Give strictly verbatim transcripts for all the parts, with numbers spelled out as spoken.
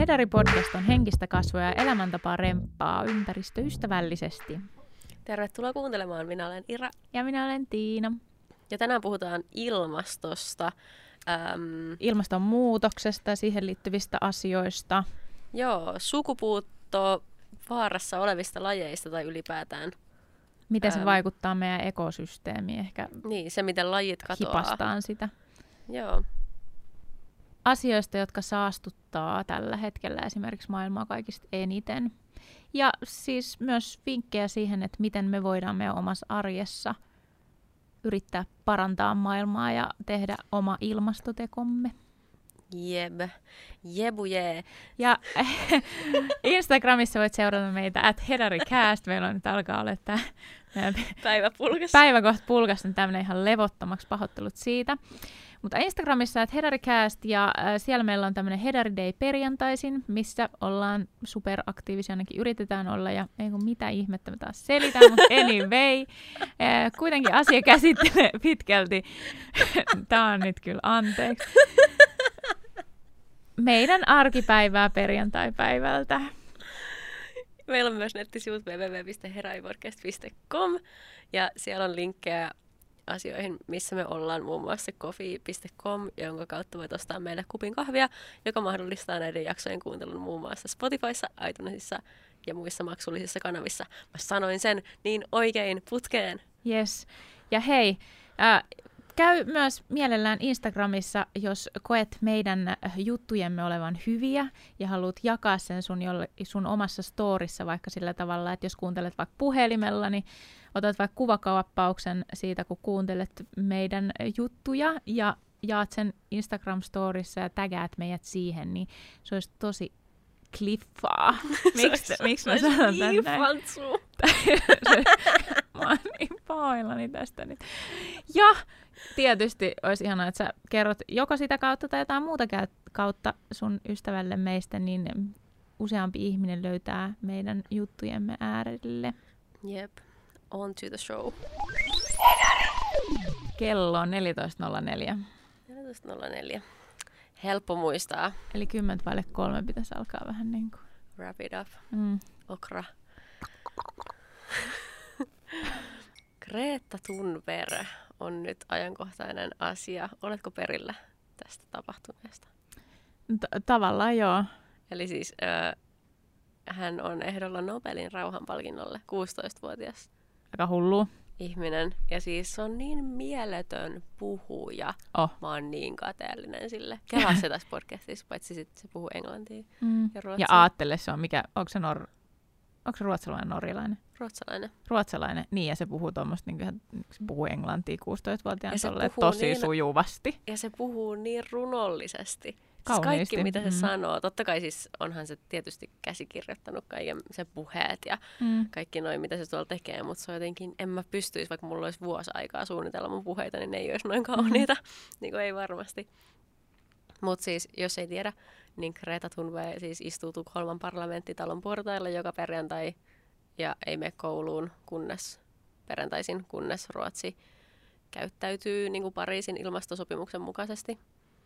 Hedari-podcast on henkistä kasvua ja elämäntapaa remppaa ympäristöystävällisesti. Tervetuloa kuuntelemaan. Minä olen Ira. Ja minä olen Tiina. Ja tänään puhutaan ilmastosta. Ähm, Ilmastonmuutoksesta ja siihen liittyvistä asioista. joo, sukupuutto vaarassa olevista lajeista tai ylipäätään. Miten se ähm, vaikuttaa meidän ekosysteemiin? Ehkä Niin, se miten lajit katoaa. hipastaan sitä. Joo. Asioista, jotka saastuttaa tällä hetkellä esimerkiksi maailmaa kaikista eniten. Ja siis myös vinkkejä siihen, että miten me voidaan meidän omassa arjessa yrittää parantaa maailmaa ja tehdä oma ilmastotekomme. Jeb. Jebu jee. Ja Instagramissa voit seurata meitä at hedaricast. Meillä on nyt alkaa olla tämä Päivä pulkas. päivä kohta pulkas, niin tämmöinen ihan levottomaksi, pahoittelut siitä. Mutta Instagramissa at hedaricast ja äh, siellä meillä on tämmöinen Hedari Day perjantaisin, missä ollaan superaktiivisia, ainakin yritetään olla. Ja ei kun mitä ihmettä mä taas selitän, mutta anyway. Äh, kuitenkin asia käsittelee pitkälti. Tää on nyt kyllä anteeksi. Meidän arkipäivää perjantaipäivältä. Meillä on myös nettisivut double-u double-u double-u piste hedaripodcast piste com ja siellä on linkkejä asioihin, missä me ollaan, muun muassa coffee piste com, jonka kautta voit ostaa meille kupin kahvia, joka mahdollistaa näiden jaksojen kuuntelun muun muassa Spotifyssa, iTunesissa ja muissa maksullisissa kanavissa. Mä sanoin sen niin oikein putkeen. Yes. Ja hei, äh, käy myös mielellään Instagramissa, jos koet meidän juttujemme olevan hyviä ja haluat jakaa sen sun, jolle, sun omassa storissa vaikka sillä tavalla, että jos kuuntelet vaikka puhelimella, niin otat vaikka kuvakaappauksen siitä, kun kuuntelet meidän juttuja ja jaat sen Instagram-storissa ja tägäät meidät siihen, niin se olisi tosi kliffaa. Miksi miks mä sanon tän näin? Mä oon niin pahoillani tästä nyt. Ja tietysti olisi ihanaa, että sä kerrot joko sitä kautta tai jotain muuta kautta sun ystävälle meistä, niin useampi ihminen löytää meidän juttujemme äärelle. Jep. On to the show. Kello on neljätoista nolla neljä. neljätoista nolla neljä. Helppo muistaa. Eli kymmentä vaille kolme pitäisi alkaa vähän niin kuin. Wrap it up. Mm. Okra. Greta Thunberg on nyt ajankohtainen asia. Oletko perillä tästä tapahtuneesta? T- tavallaan joo. Eli siis äh, hän on ehdolla Nobelin rauhanpalkinnolle, kuusitoistavuotias. Aika hullu. Ihminen. Ja siis se on niin mieletön puhuja. Oh. Mä oon niin kateellinen sille. Kelaa se tässä podcastissa, paitsi sit se puhuu englantia mm. ja ruotsia. Ja aattele se on mikä, onko se, nor, onko se ruotsalainen norjalainen? Ruotsalainen. Ruotsalainen, niin ja se puhuu tuommoista, niin se puhuu englantia kuusitoistavuotiaan tolle tosi niin, sujuvasti. Ja se puhuu niin runollisesti. Kauniisti. Siis kaikki, mitä se mm. sanoo. Totta kai siis onhan se tietysti käsikirjoittanut kaiken se puheet ja mm. kaikki noin, mitä se tuolla tekee, mutta se on jotenkin, en mä pystyisi, vaikka mulla olisi vuosi aikaa suunnitella mun puheita, niin ne ei olisi noin kauniita. Mm. niin kuin ei varmasti. Mutta siis, jos ei tiedä, niin Greta Thunberg siis istuu Tukholman parlamenttitalon portailla joka perjantai ja ei mene kouluun, kunnes perjantaisin, kunnes Ruotsi käyttäytyy niin kuin Pariisin ilmastosopimuksen mukaisesti.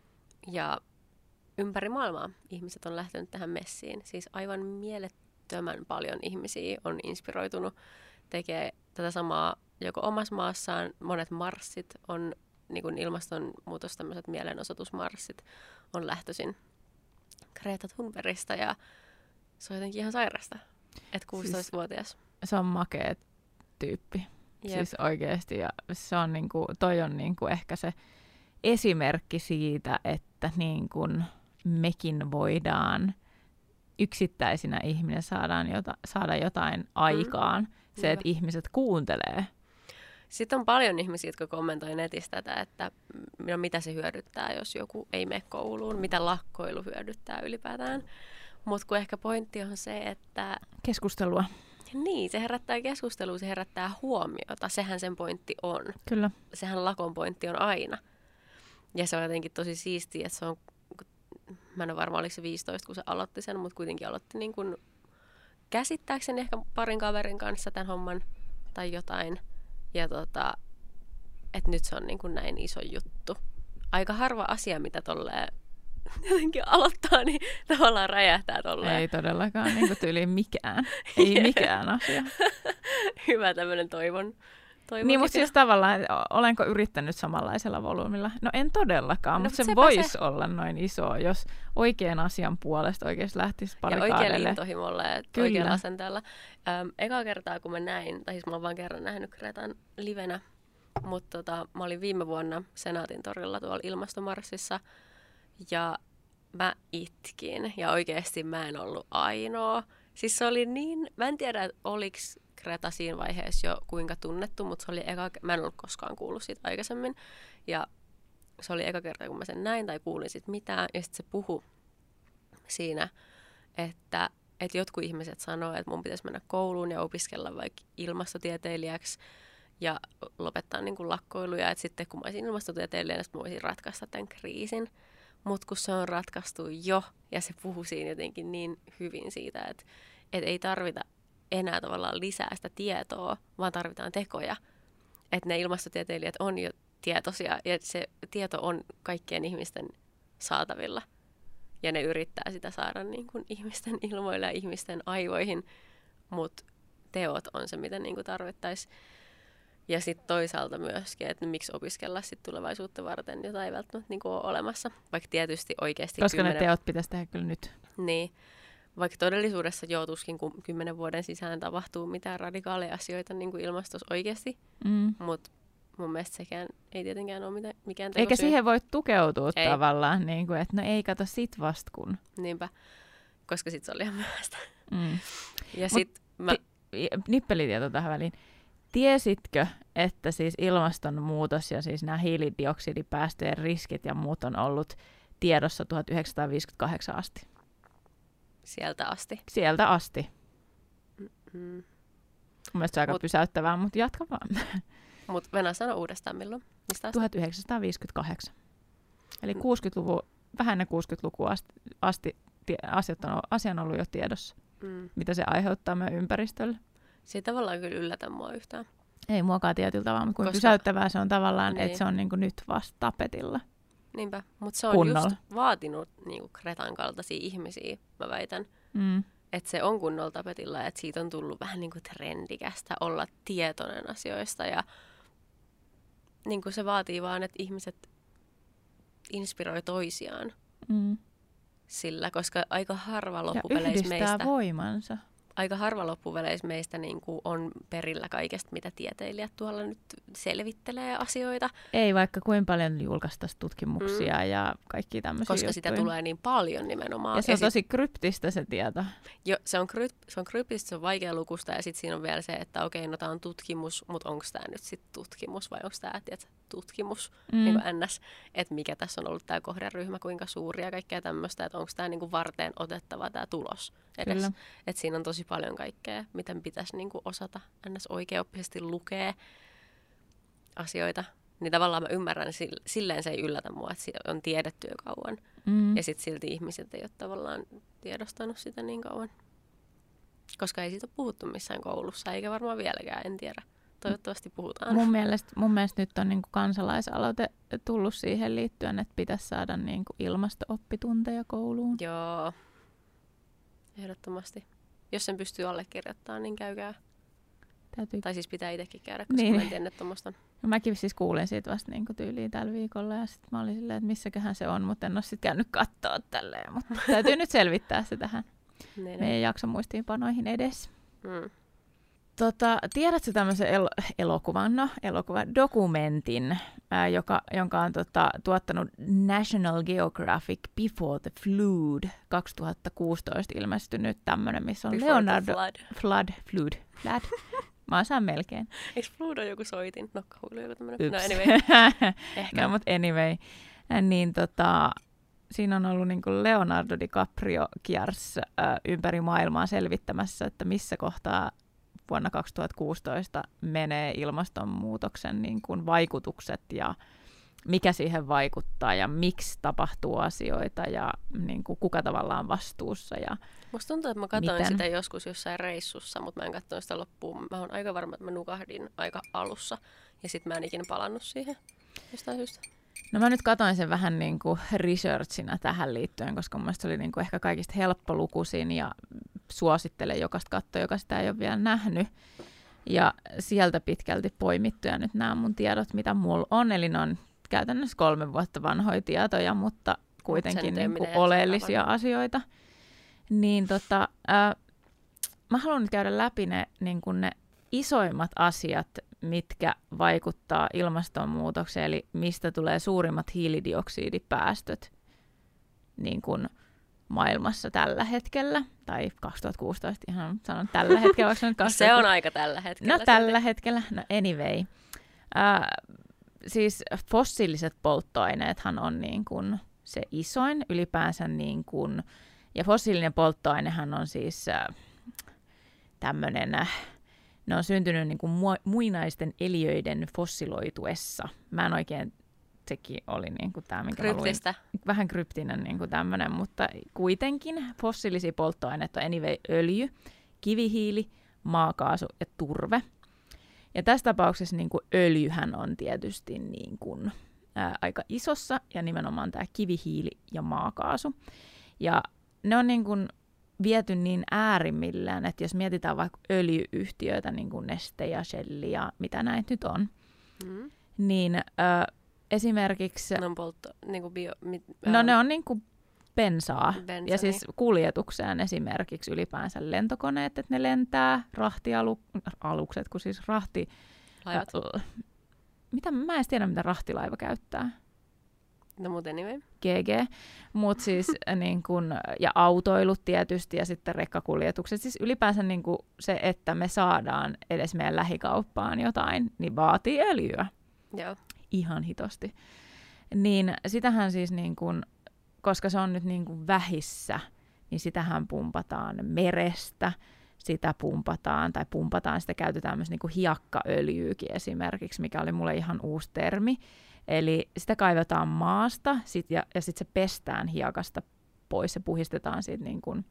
Ja ympäri maailmaa ihmiset on lähtenyt tähän messiin. Siis aivan mielettömän paljon ihmisiä on inspiroitunut tekemään tätä samaa joko omassa maassaan. Monet marssit on, niin kuin ilmastonmuutos, tämmöiset mielenosoitusmarssit on lähtöisin Greta Thunbergista ja se on jotenkin ihan sairasta, että kuusitoistavuotias. Siis se on makea tyyppi. Jep. Siis oikeasti. Ja se on niinku, toi on niinku ehkä se esimerkki siitä, että niin kun mekin voidaan yksittäisinä ihminen saadaan jota, saada jotain aikaan. Mm. Se, Hyvä. Että ihmiset kuuntelee. Sitten on paljon ihmisiä, jotka kommentoi netistä tätä, että no, mitä se hyödyttää, jos joku ei mene kouluun, mitä lakkoilu hyödyttää ylipäätään. Mutta kun ehkä pointti on se, että keskustelua. Niin, se herättää keskustelua, se herättää huomiota. Sehän sen pointti on. Kyllä. Sehän lakon pointti on aina. Ja se on jotenkin tosi siistiä, että se on, mä en ole varma, oliko se viisitoista, kun se aloitti sen, mutta kuitenkin aloitti niin kuin käsittääkseni ehkä parin kaverin kanssa tämän homman tai jotain. Ja tota, että nyt se on niin kuin näin iso juttu. Aika harva asia, mitä tolleen jotenkin aloittaa, niin tavallaan räjähtää tolleen. Ei todellakaan niin kuin tyyliin mikään. Ei mikään asia. Hyvä tämmöinen toivon. toivon Niin, mutta siis tavallaan, olenko yrittänyt samanlaisella volyymilla? No en todellakaan, no, mutta se sepä voisi se. olla noin iso, jos oikean asian puolesta oikeasti lähtisi Ja barrikaadelle. oikealla intohimolla ja Kyllä. oikealla asenteella. Öm, eka kertaa, kun mä näin, tai siis mä oon vaan kerran nähnyt Gretan livenä, mutta tota, mä olin viime vuonna Senaatin torilla tuolla ilmastomarssissa, ja mä itkin, ja oikeasti mä en ollut ainoa. Siis se oli niin, mä en tiedä, oliko Greta siinä vaiheessa jo kuinka tunnettu, mutta se oli eka, mä en ollut koskaan kuullut siitä aikaisemmin. Ja se oli eka kerta, kun mä sen näin tai kuulin siitä mitään. Ja sitten se puhui siinä, että, että jotkut ihmiset sanoo, että mun pitäisi mennä kouluun ja opiskella vaikka ilmastotieteilijäksi ja lopettaa niin kuin lakkoiluja. Että sitten kun mä olisin ilmastotieteilijänä, mä voisin ratkaista tämän kriisin. Mutta kun se on ratkaistu jo, ja se puhui siinä jotenkin niin hyvin siitä, että, että ei tarvita enää tavallaan lisää sitä tietoa, vaan tarvitaan tekoja. Että ne ilmastotieteilijät on jo tietoisia, ja se tieto on kaikkien ihmisten saatavilla. Ja ne yrittää sitä saada niin kuin ihmisten ilmoille ja ihmisten aivoihin, mutta teot on se, mitä niin kuin tarvittaisiin. Ja sitten toisaalta myöskin, että miksi opiskella sit tulevaisuutta varten, jota ei välttämättä niinku ole olemassa. Vaikka tietysti oikeasti... Koska kymmenen... ne teot pitäisi tehdä kyllä nyt. Niin. Vaikka todellisuudessa joo, tuskin kun kymmenen vuoden sisään tapahtuu mitään radikaaleja asioita niin kuin ilmastossa oikeasti. Mm. Mutta mun mielestä sekään ei tietenkään ole mitään, mikään tekosyy. Eikä siihen voi tukeutua ei. tavallaan, niin kuin, että no ei kato sit vast kun. Niinpä, koska sit se oli ihan myöhäistä. Mm. Ja Mut sit mä... Ti- nippelitieto tähän väliin. Tiesitkö, että siis ilmastonmuutos ja siis nämä hiilidioksidipäästöjen riskit ja muut on ollut tiedossa tuhatyhdeksänsataaviisikymmentäkahdeksan asti? Sieltä asti. Sieltä asti. Mm-hmm. Mun mielestä se on aika Mut, pysäyttävää, mutta jatka vaan. Mutta Venä sano uudestaan milloin? Mistä asti? tuhatyhdeksänsataaviisikymmentäkahdeksan. Eli mm. kuusikymmentäluvun, vähän ennen kuusikymmentälukua asti, asti tie, asiat on, asia on ollut jo tiedossa. Mm. Mitä se aiheuttaa meidän ympäristölle. Se ei tavallaan kyllä yllätä mua yhtään. Ei muakaan tietyllä tavalla, mutta kuin pysäyttävää se on tavallaan, niin. Että se on niinku nyt vasta tapetilla. Niinpä, mutta se on kunnolla. Just vaatinut niinku Gretan kaltaisia ihmisiä, mä väitän. Mm. Että se on kunnolla tapetilla, että siitä on tullut vähän niinku trendikästä olla tietoinen asioista. Ja niinku se vaatii vaan, että ihmiset inspiroi toisiaan mm. sillä, koska aika harva loppupeleissä meistä... Ja voimansa. Aika harva loppupeleissä meistä niin kuin on perillä kaikesta, mitä tieteilijät tuolla nyt selvittelee asioita. Ei, vaikka kuinka paljon julkaistaisiin tutkimuksia mm. ja kaikki tämmöisiä Koska juttuja. Sitä tulee niin paljon nimenomaan. Ja se on ja tosi sit... kryptistä se tieto. Jo, se on, kryp... se on kryptistä, se on vaikea lukusta ja sitten siinä on vielä se, että okei, no tämä on tutkimus, mutta onko tämä nyt sitten tutkimus vai onko tämä tutkimus, mm. niin kuin ns. Että mikä tässä on ollut tämä kohderyhmä, kuinka suuri ja kaikkea tämmöistä, että onko tämä niin kuin varteen otettava tämä tulos edes. Että siinä on tosi paljon kaikkea, miten pitäisi niin kuin osata ns. Oikeaoppisesti lukea asioita. Niin tavallaan mä ymmärrän, silleen se ei yllätä mua, että on tiedetty jo kauan. Mm. Ja sitten silti ihmiset ei ole tavallaan tiedostanut sitä niin kauan. Koska ei siitä ole puhuttu missään koulussa, eikä varmaan vieläkään, en tiedä. Toivottavasti puhutaan. Mun mielestä, mun mielestä nyt on niin kuin kansalaisaloite tullut siihen liittyen, että pitäisi saada niin kuin ilmasto-oppitunteja kouluun. Joo, ehdottomasti. Jos sen pystyy allekirjoittamaan, niin käykää. Täytyy. Tai siis pitää itsekin käydä, koska niin. Mä en tiedä tuommoista. No mäkin siis kuulin siitä vasta niin kuin tyyliin tällä viikolla ja sitten mä olin silleen, että missäköhän se on, mutta en ole sitten käynyt katsoa tälleen. Mutta täytyy nyt selvittää se tähän niin, meidän jaksomuistiinpanoihin edes. Mm. Tota, tiedätkö tämmöisen el- elokuvan, no, elokuvan dokumentin, ää, joka, jonka on tota, tuottanut National Geographic Before the Flood kaksituhattakuusitoista ilmestynyt tämmöinen, missä on Before Leonardo... Flood. Flood. Flood. Flood. Mä osaan melkein. Eikö Flood ole joku soitin? Nokkahuilu joku tämmöinen? Yps. No anyway. Ehkä. No, mutta anyway. Niin tota... Siinä on ollut niin kuin Leonardo DiCaprio kiersi äh, ympäri maailmaa selvittämässä, että missä kohtaa vuonna kaksituhattakuusitoista menee ilmastonmuutoksen niin kuin vaikutukset ja mikä siihen vaikuttaa ja miksi tapahtuu asioita ja niin kuin kuka tavallaan vastuussa. Ja musta tuntuu, että mä katsoin miten. sitä joskus jossain reissussa, mutta mä en katsonut sitä loppuun. Mä oon aika varma, että mä nukahdin aika alussa ja sit mä en ikinä palannut siihen jostain syystä. No mä nyt katoin sen vähän niin kuin researchina tähän liittyen, koska mun mielestä se oli niin kuin ehkä kaikista helppolukuisin ja suosittelen jokaista katsoa, joka sitä ei ole vielä nähnyt. Ja sieltä pitkälti poimittuja nyt nämä mun tiedot, mitä mulla on. Eli ne on käytännössä kolme vuotta vanhoja tietoja, mutta kuitenkin niin kuin oleellisia asioita. Niin tota, äh, mä haluan nyt käydä läpi ne, niin kuin ne isoimmat asiat, mitkä vaikuttaa ilmastonmuutokseen, eli mistä tulee suurimmat hiilidioksidipäästöt niin kuin maailmassa tällä hetkellä, tai kaksituhattakuusitoista ihan sanon tällä hetkellä. Nyt kaksituhatta... Se on aika tällä hetkellä. No tällä hetkellä, no anyway. Äh, siis fossiiliset polttoaineethan on niin kuin se isoin ylipäänsä, niin kuin, ja fossiilinen polttoainehan on siis äh, tämmöinen... Äh, Ne on syntynyt niin kuin muinaisten eliöiden fossiloituessa. Mä en oikein, sekin oli niin kuin tämä, minkä Kryptistä. Luin, vähän kryptinen niin kuin tämmöinen, mutta kuitenkin fossiilisia polttoaineita on anyway öljy, kivihiili, maakaasu ja turve. Ja tässä tapauksessa niin kuin öljyhän on tietysti niin kuin, ää, aika isossa, ja nimenomaan tämä kivihiili ja maakaasu. Ja ne on niin kuin viety niin äärimmillään, että jos mietitään vaikka öljyyhtiöitä, niin kuin Neste ja Shell ja mitä näitä nyt on, mm. niin ö, esimerkiksi... Ne on poltto, niin kuin bio... Mit, no ne on niin kuin bensaa. Bensa, ja siis kuljetukseen esimerkiksi ylipäänsä lentokoneet, että ne lentää, rahtialukset, kun siis rahti... Laivat. Ä, mitä, mä en edes tiedä, mitä rahtilaiva käyttää. No muuten anyway. G G, mut siis niin kun, ja autoilut tietysti ja sitten rekkakuljetukset. Siis ylipäänsä niin kun se, että me saadaan edes meidän lähikauppaan jotain, niin vaatii öljyä. Joo. Ihan hitosti. Niin sitähän siis niin kun, koska se on nyt niin kun vähissä, niin sitähän pumpataan merestä, sitä pumpataan tai pumpataan, sitä käytetään myös niin kun hiekkaöljyykin esimerkiksi, mikä oli mulle ihan uusi termi. Eli sitä kaivetaan maasta sit ja, ja sitten se pestään hiekasta pois. Se puhistetaan siitä niin kuin,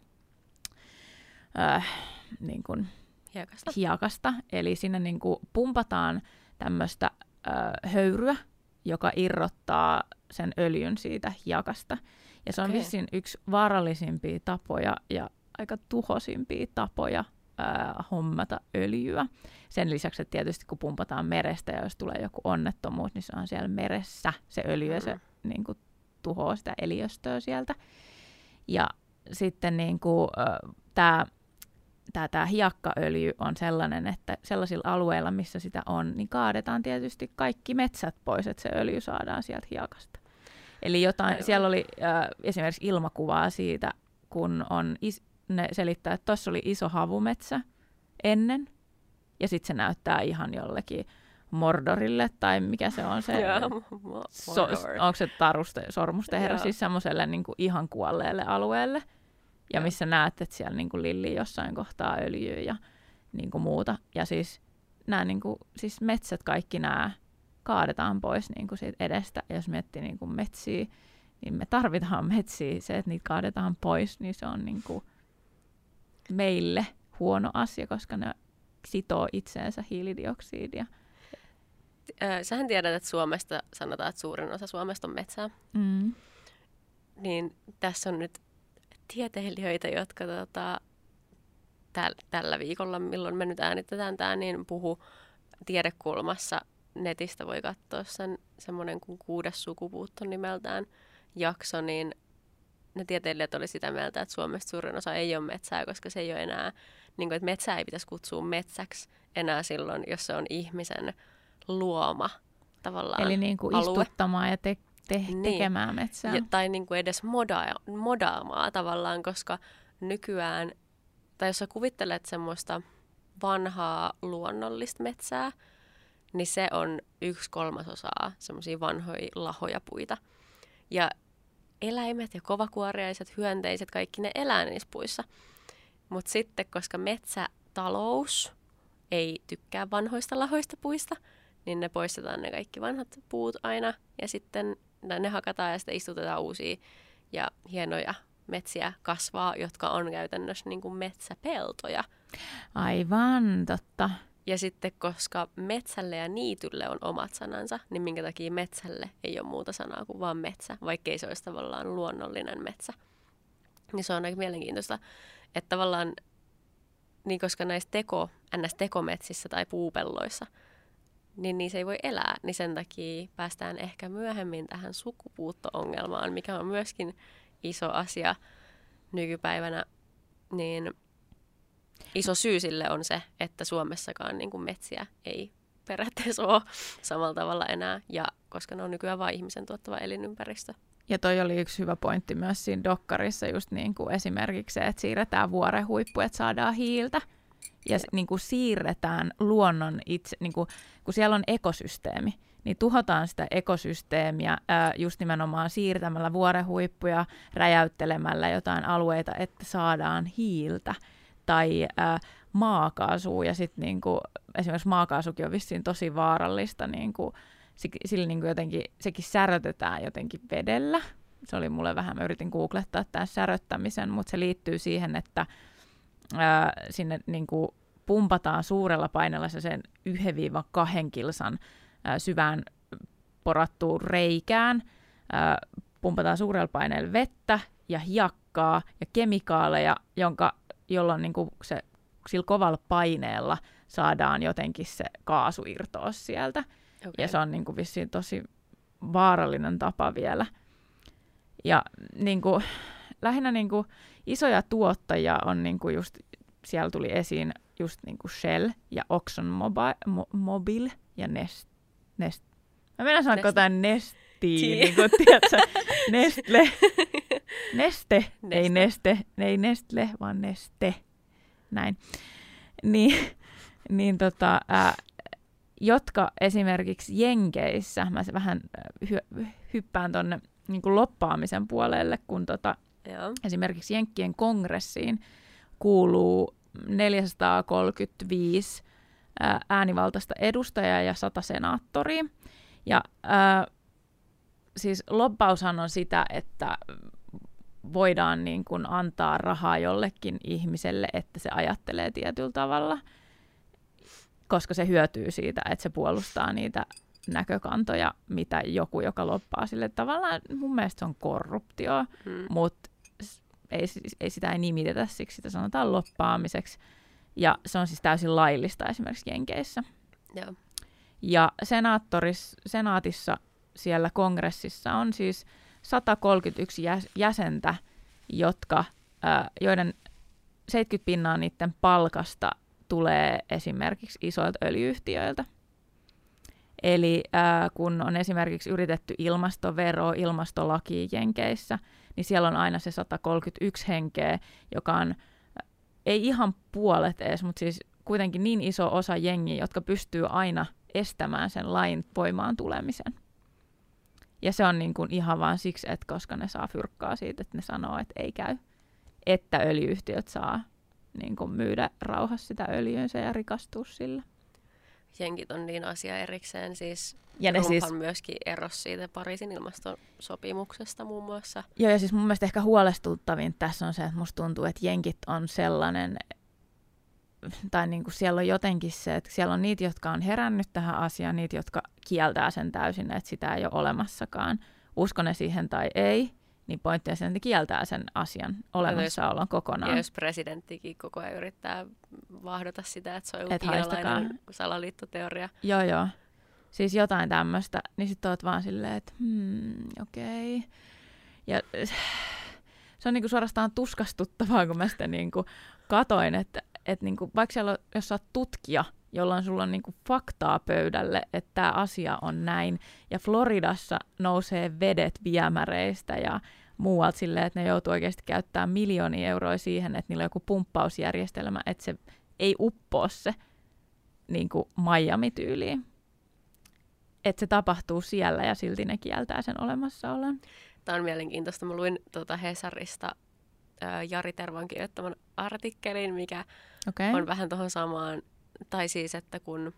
äh, niin kuin hiekasta. hiekasta. Eli sinne niin kuin pumpataan tämmöistä äh, höyryä, joka irrottaa sen öljyn siitä hiekasta. Ja se on Okay. vissiin yksi vaarallisimpia tapoja ja aika tuhosimpia tapoja Äh, hommata öljyä. Sen lisäksi, että tietysti kun pumpataan merestä ja jos tulee joku onnettomuus, niin se on siellä meressä se öljy ja se Mm. niin kuin, tuhoaa sitä eliöstöä sieltä. Ja sitten niin kuin, äh, tämä tää, tää hiekkaöljy on sellainen, että sellaisilla alueilla, missä sitä on, niin kaadetaan tietysti kaikki metsät pois, että se öljy saadaan sieltä hiekasta. Eli jotain, Aivan. siellä oli äh, esimerkiksi ilmakuvaa siitä, kun on is- ne selittää, että tuossa oli iso havumetsä ennen, ja sitten se näyttää ihan jollekin Mordorille, tai mikä se on se, Joo, so, onko se taruste, sormusteherra, Joo. siis semmoiselle niinku ihan kuolleelle alueelle, ja Joo. missä missä näet, että siellä niinku lillii jossain kohtaa öljyä ja niinku muuta. Ja siis, nämä niinku, siis metsät, kaikki nämä kaadetaan pois niinku siitä edestä, ja jos miettii niinku metsiä, niin me tarvitaan metsiä, se, että niitä kaadetaan pois, niin se on niinku meille huono asia, koska ne sitoo itseensä hiilidioksidia. Öö, sähän tiedät, että Suomesta sanotaan, että suurin osa Suomesta on metsää. Mm. Niin tässä on nyt tieteilijöitä, jotka tota, täl, tällä viikolla, milloin me nyt äänitetään tämä, niin puhu tiedekulmassa. Netistä voi katsoa sen semmoinen kuin Kuudes sukupuutto nimeltään jakso, niin ne tieteilijät oli sitä mieltä, että Suomesta suurin osa ei ole metsää, koska se ei ole enää, niin kuin, että metsää ei pitäisi kutsua metsäksi enää silloin, jos se on ihmisen luoma tavallaan Eli niin kuin alue. istuttamaan ja te- te- Niin. tekemään metsää. Ja, tai niin kuin edes moda- modaamaa tavallaan, koska nykyään, tai jos sä kuvittelet semmoista vanhaa luonnollista metsää, niin se on yksi kolmasosaa semmoisia vanhoja lahoja puita. Ja eläimet ja kovakuoriaiset, hyönteiset, kaikki ne elää niissä puissa. Mutta sitten, koska metsätalous ei tykkää vanhoista lahoista puista, niin ne poistetaan ne kaikki vanhat puut aina ja sitten ne hakataan ja sitten istutetaan uusia ja hienoja metsiä kasvaa, jotka on käytännössä niin kuin metsäpeltoja. Aivan, totta. Ja sitten, koska metsälle ja niitylle on omat sanansa, niin minkä takia metsälle ei ole muuta sanaa kuin vaan metsä, vaikkei se olisi tavallaan luonnollinen metsä. Niin se on aika mielenkiintoista, että tavallaan, niin koska näissä teko, ns-tekometsissä tai puupelloissa, niin niissä ei voi elää, niin sen takia päästään ehkä myöhemmin tähän sukupuutto-ongelmaan, mikä on myöskin iso asia nykypäivänä, niin iso syy sille on se, että Suomessakaan niin kuin metsiä ei periaatteessa ole samalla tavalla enää, ja koska ne on nykyään vain ihmisen tuottava elinympäristö. Ja toi oli yksi hyvä pointti myös siinä dokkarissa, just niin kuin esimerkiksi se, että siirretään vuorenhuippu, että saadaan hiiltä. Ja niin kuin siirretään luonnon itse, niin kuin, kun siellä on ekosysteemi, niin tuhotaan sitä ekosysteemiä ää, just nimenomaan siirtämällä vuorenhuippuja, räjäyttelemällä jotain alueita, että saadaan hiiltä tai ää, maakaasua. Ja sitten niin kuin, esimerkiksi maakaasukin on vissiin tosi vaarallista, niin kuin, sillä niin kuin jotenkin, sekin särötetään jotenkin vedellä. Se oli mulle vähän, mä yritin googlettaa tämän säröttämisen, mutta se liittyy siihen, että ää, sinne niin kuin pumpataan suurella paineella sen yhdestä kahteen kilsan ää, syvään porattuun reikään, ää, pumpataan suurella paineella vettä ja hiekkaa ja kemikaaleja, jonka, jolloin niin kuin se, sillä kovalla paineella saadaan jotenkin se kaasu irtoa sieltä. Okay. Ja se on niin kuin vissiin tosi vaarallinen tapa vielä. Ja niin kuin, lähinnä niin kuin isoja tuottajia on niin kuin just, siellä tuli esiin just niin kuin Shell ja ExxonMobil ja Nest, Nest. Mä mennään sanoa jotain Nestiin, niin kuin, tiedätkö, Nestle. Neste, Neste, ei Neste, ei Nestle, vaan Neste. Näin. Niin, niin tota, ää, jotka esimerkiksi Jenkeissä, mä se vähän hy- hyppään tuonne niin kuin loppaamisen puolelle, kun tota, esimerkiksi Jenkkien kongressiin kuuluu neljäsataakolmekymmentäviisi ää, äänivaltaista edustajaa ja sata senaattoria. Ja ää, siis lobbaushan on sitä, että voidaan niin kuin antaa rahaa jollekin ihmiselle, että se ajattelee tietyllä tavalla, koska se hyötyy siitä, että se puolustaa niitä näkökantoja, mitä joku, joka loppaa sille tavallaan. Mun mielestä se on korruptio, hmm. mutta ei, ei sitä ei nimitetä, siksi sitä sanotaan loppaamiseksi. Ja se on siis täysin laillista esimerkiksi Jenkeissä. Joo. Ja senaatissa siellä kongressissa on siis sata kolmekymmentäyksi jäsentä, jotka, ää, joiden seitsemänkymmentä pinnaa niiden palkasta tulee esimerkiksi isoilta öljy-yhtiöiltä. Eli ää, kun on esimerkiksi yritetty ilmastovero, ilmastolaki Jenkeissä, niin siellä on aina se sata kolmekymmentäyksi henkeä, joka on ei ihan puolet edes, mutta siis kuitenkin niin iso osa jengiä, jotka pystyy aina estämään sen lain voimaan tulemisen. Ja se on niin kuin ihan vaan siksi, että koska ne saa fyrkkaa siitä, että ne sanoo, että ei käy, että öljy-yhtiöt saa niin kuin myydä rauhassa sitä öljynsä ja rikastua sillä. Jenkit on niin asia erikseen, siis ja ne Trumphan siis myöskin erosi siitä Pariisin ilmastosopimuksesta muun muassa. Joo, ja siis mun mielestä ehkä huolestuttavin tässä on se, että musta tuntuu, että jenkit on sellainen, tai niin kuin siellä on jotenkin se, että siellä on niitä, jotka on herännyt tähän asiaan, niitä, jotka kieltää sen täysin, että sitä ei ole olemassakaan. Usko ne siihen tai ei, niin pointti on se, että ne kieltää sen asian olemassaolon kokonaan. Ja jos presidenttikin koko ajan yrittää vahdota sitä, että se on joku Et kiinalainen salaliittoteoria. Joo, joo. Siis jotain tämmöistä, niin sitten oot vaan silleen, että hmm, okei. Okay. Ja se on niinku suorastaan tuskastuttavaa, kun mä sitä niinku katoin, että et niinku, vaikka siellä on, jos sä oot tutkija, jolloin sulla on niinku faktaa pöydälle, että tämä asia on näin, ja Floridassa nousee vedet viemäreistä ja muualta silleen, että ne joutuu oikeasti käyttämään miljoonia euroja siihen, että niillä on joku pumppausjärjestelmä, että se ei uppoa se niinku Miami-tyyliin. Että se tapahtuu siellä ja silti ne kieltää sen olemassaolon. Tämä on mielenkiintoista. Mä luin tuota Hesarista ää, Jari Tervon kirjoittaman artikkelin, mikä okay. on vähän tuohon samaan. Tai siis, että kun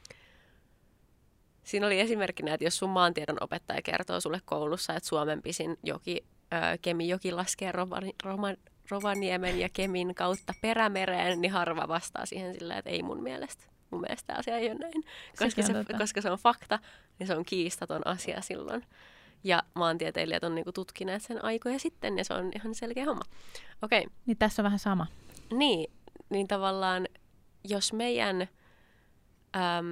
siinä oli esimerkkinä, että jos sun maantiedon opettaja kertoo sulle koulussa, että Suomen pisin joki, ää, Kemijoki laskee Rovan, Roman, Rovaniemen ja Kemin kautta Perämereen, niin harva vastaa siihen silleen, että ei mun mielestä. mun mielestä tämä asia ei ole näin. Koska se, tota. koska se on fakta, niin se on kiistaton asia silloin. Ja maantieteilijät on niinku tutkineet sen aikoja sitten, ja se on ihan selkeä homma. Okei. Okay. Niin tässä on vähän sama. Niin, niin tavallaan, jos meidän äm,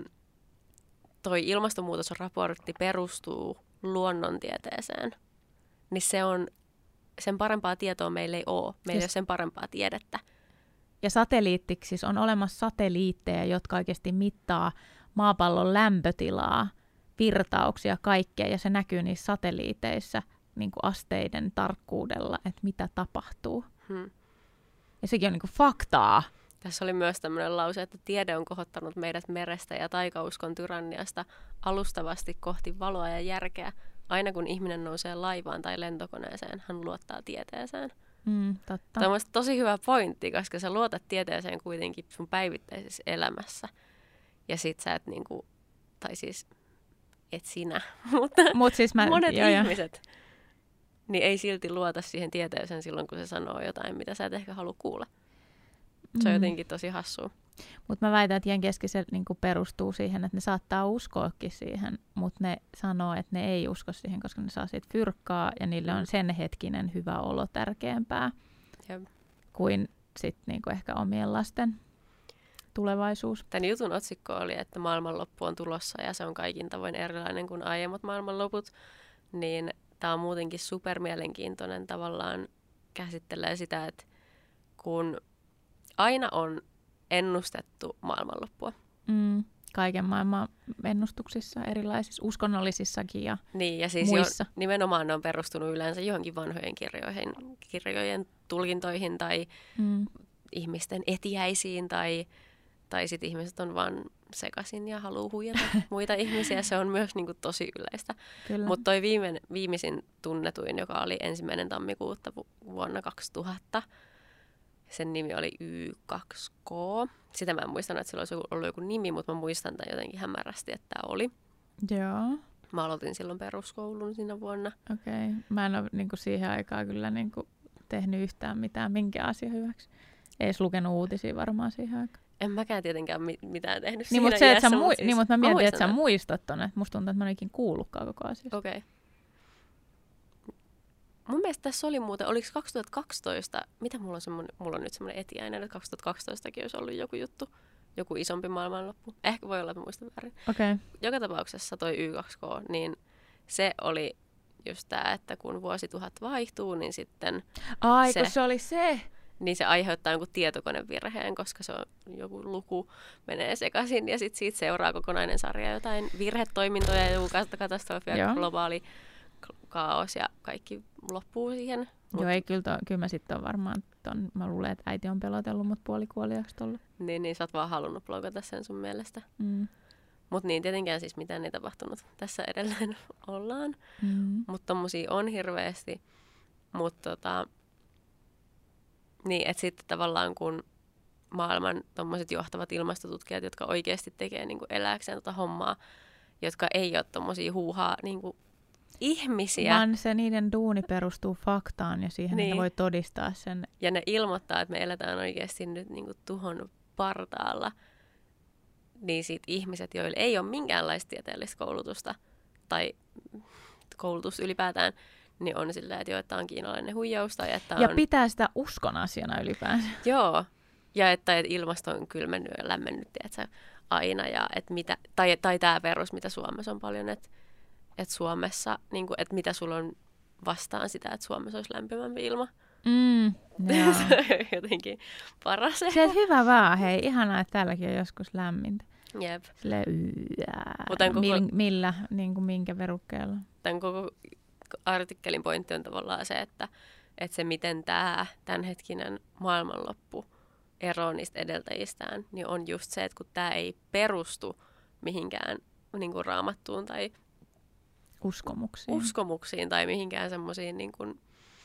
toi ilmastonmuutosraportti perustuu luonnontieteeseen, niin se on, sen parempaa tietoa meillä ei ole. Meillä ei ole sen parempaa tiedettä. Ja satelliittiksi siis on olemassa satelliitteja, jotka oikeasti mittaa maapallon lämpötilaa, virtauksia, kaikkea, ja se näkyy niissä satelliiteissa niin kuin asteiden tarkkuudella, että mitä tapahtuu. Hmm. Ja sekin on niin kuin faktaa. Tässä oli myös tämmöinen lause, että tiede on kohottanut meidät merestä ja taikauskon tyranniasta alustavasti kohti valoa ja järkeä. Aina kun ihminen nousee laivaan tai lentokoneeseen, hän luottaa tieteeseen. Mm, totta. Tämä on tosi hyvä pointti, koska sä luotat tieteeseen kuitenkin sun päivittäisessä elämässä. Ja sit sä et niinku, tai siis et sinä, mutta Mut siis mä, monet joo, ihmiset niin ei silti luota siihen tieteeseen silloin, kun se sanoo jotain, mitä sä et ehkä halua kuulla. Se on mm. jotenkin tosi hassua. Mutta mä väitän, että jenkeski se niinku perustuu siihen, että ne saattaa uskoakin siihen, mutta ne sanoo, että ne ei usko siihen, koska ne saa siitä fyrkkaa ja niille on sen hetkinen hyvä olo tärkeämpää Jep. kuin sit niinku ehkä omien lasten tulevaisuus. Tämän jutun otsikko oli, että maailmanloppu on tulossa ja se on kaikin tavoin erilainen kuin aiemmat maailmanloput. Niin tämä on muutenkin supermielenkiintoinen, tavallaan käsittelee sitä, että kun aina on ennustettu maailmanloppua. Mm, kaiken maailman ennustuksissa, erilaisissa uskonnollisissakin ja niin, ja siis muissa. Jo, nimenomaan ne on perustunut yleensä johonkin vanhojen kirjoihin, kirjojen tulkintoihin tai mm. ihmisten etiäisiin tai, tai sitten ihmiset on vaan sekaisin ja haluaa huijata muita ihmisiä. Se on myös niin kuin tosi yleistä. Mutta toi viime, viimeisin tunnetuin, joka oli ensimmäinen tammikuuta vuonna kaksituhatta, sen nimi oli Y kaksi K. Sitä mä en muistanut, että sillä olisi ollut joku nimi, mutta mä muistan tämän jotenkin hämärästi, että tämä oli. Joo. Mä aloitin silloin peruskoulun siinä vuonna. Okei. Okay. Mä en ole niin kuin siihen aikaan kyllä niin kuin tehnyt yhtään mitään minkä asia hyväksi. Ei edes lukenut uutisia varmaan siihen aikaan. En mäkään tietenkään mi- mitään tehnyt niin, siinä mutta se, iässä. Mui- Mut siis niin, mutta mä mietin, mä että sä muistat tonne. Musta tuntuu, että mä en ikinä kuullutkaan koko asiasta. Okei. Okay. Mun mielestä tässä oli muuten, oliko kaksituhattakaksitoista, mitä mulla on, semmoinen, mulla on nyt semmoinen etiäinen, että kaksituhattakaksitoistakin olisi ollut joku juttu, joku isompi maailmanloppu. Ehkä voi olla, että mä muistan väärin. Okay. Joka tapauksessa toi Y kaksi K, niin se oli just tää, että kun vuosituhat vaihtuu, niin sitten Ai, se, kun se oli se! Niin se aiheuttaa jonkun tietokonevirheen, koska se on joku luku menee sekaisin ja sitten siitä seuraa kokonainen sarja jotain virhetoimintoja, joku katastrofia, Joo. globaali kaos ja kaikki loppuu siihen. Joo, Mut... ei kyllä, to, kyllä mä sitten on varmaan, ton, mä luulen, että äiti on pelotellut mut puolikuoliaksi tolla. Niin, niin sä oot vaan halunnut blogata sen sun mielestä. Mm. Mutta niin, tietenkään siis mitään ei tapahtunut. Tässä edelleen ollaan. Mm. Mutta tommosia on hirveästi. Mutta tota, niin, että sitten tavallaan kun maailman tommoset johtavat ilmastotutkijat, jotka oikeasti tekee niinku elääkseen tota hommaa, jotka ei ole tommosia huuhaa niinku ihmisiä. Vaan se niiden duuni perustuu faktaan ja siihen, niin. että ne voi todistaa sen. Ja ne ilmoittaa, että me eletään oikeasti nyt niinku tuhon partaalla. Niin sit ihmiset, joille ei ole minkäänlaista tieteellistä koulutusta tai koulutus ylipäätään, niin on sillä, että joo, että on kiinalainen huijaus. Tai että ja on... pitää sitä uskon asiana ylipäänsä. Joo, ja että, että ilmasto on kylmennyt ja lämmennyt, tiedätkö, aina. Ja että mitä, tai tai tämä perus, mitä Suomessa on paljon, että, että Suomessa, niin kuin, että mitä sulla on vastaan sitä, että Suomessa olisi lämpimämpi ilma. Mm, se on jotenkin paras. Se on hyvä vaan, hei. Ihanaa, että täälläkin on joskus lämmintä. Jep. Silleen yää. Koko... Mil, millä, niin kuin minkä verukkeella? Tämän koko artikkelin pointti on tavallaan se, että, että se miten tämä tämänhetkinen maailmanloppu eroaa niistä edeltäjistään, niin on just se, että kun tämä ei perustu mihinkään niin kuin raamattuun tai uskomuksiin, uskomuksiin tai mihinkään semmoisiin niin kuin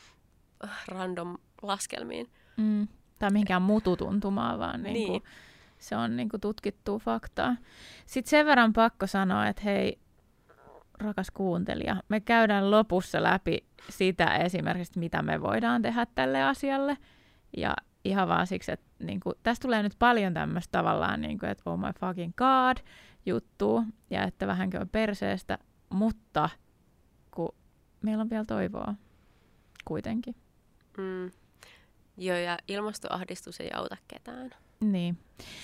random laskelmiin. Mm. Tai mihinkään mututuntumaan, vaan niin. Niin kuin, niin. se on niin kuin tutkittua faktaa. Sitten sen verran pakko sanoa, että hei, rakas kuuntelija, me käydään lopussa läpi sitä esimerkiksi, mitä me voidaan tehdä tälle asialle. Ja ihan vaan siksi, että niin kuin, tässä tulee nyt paljon tämmöistä tavallaan, niin kuin, että oh my fucking god juttua, ja että vähänkö on perseestä, mutta kun meillä on vielä toivoa kuitenkin. Mm. Joo, ja ilmastoahdistus ei auta ketään. Niin.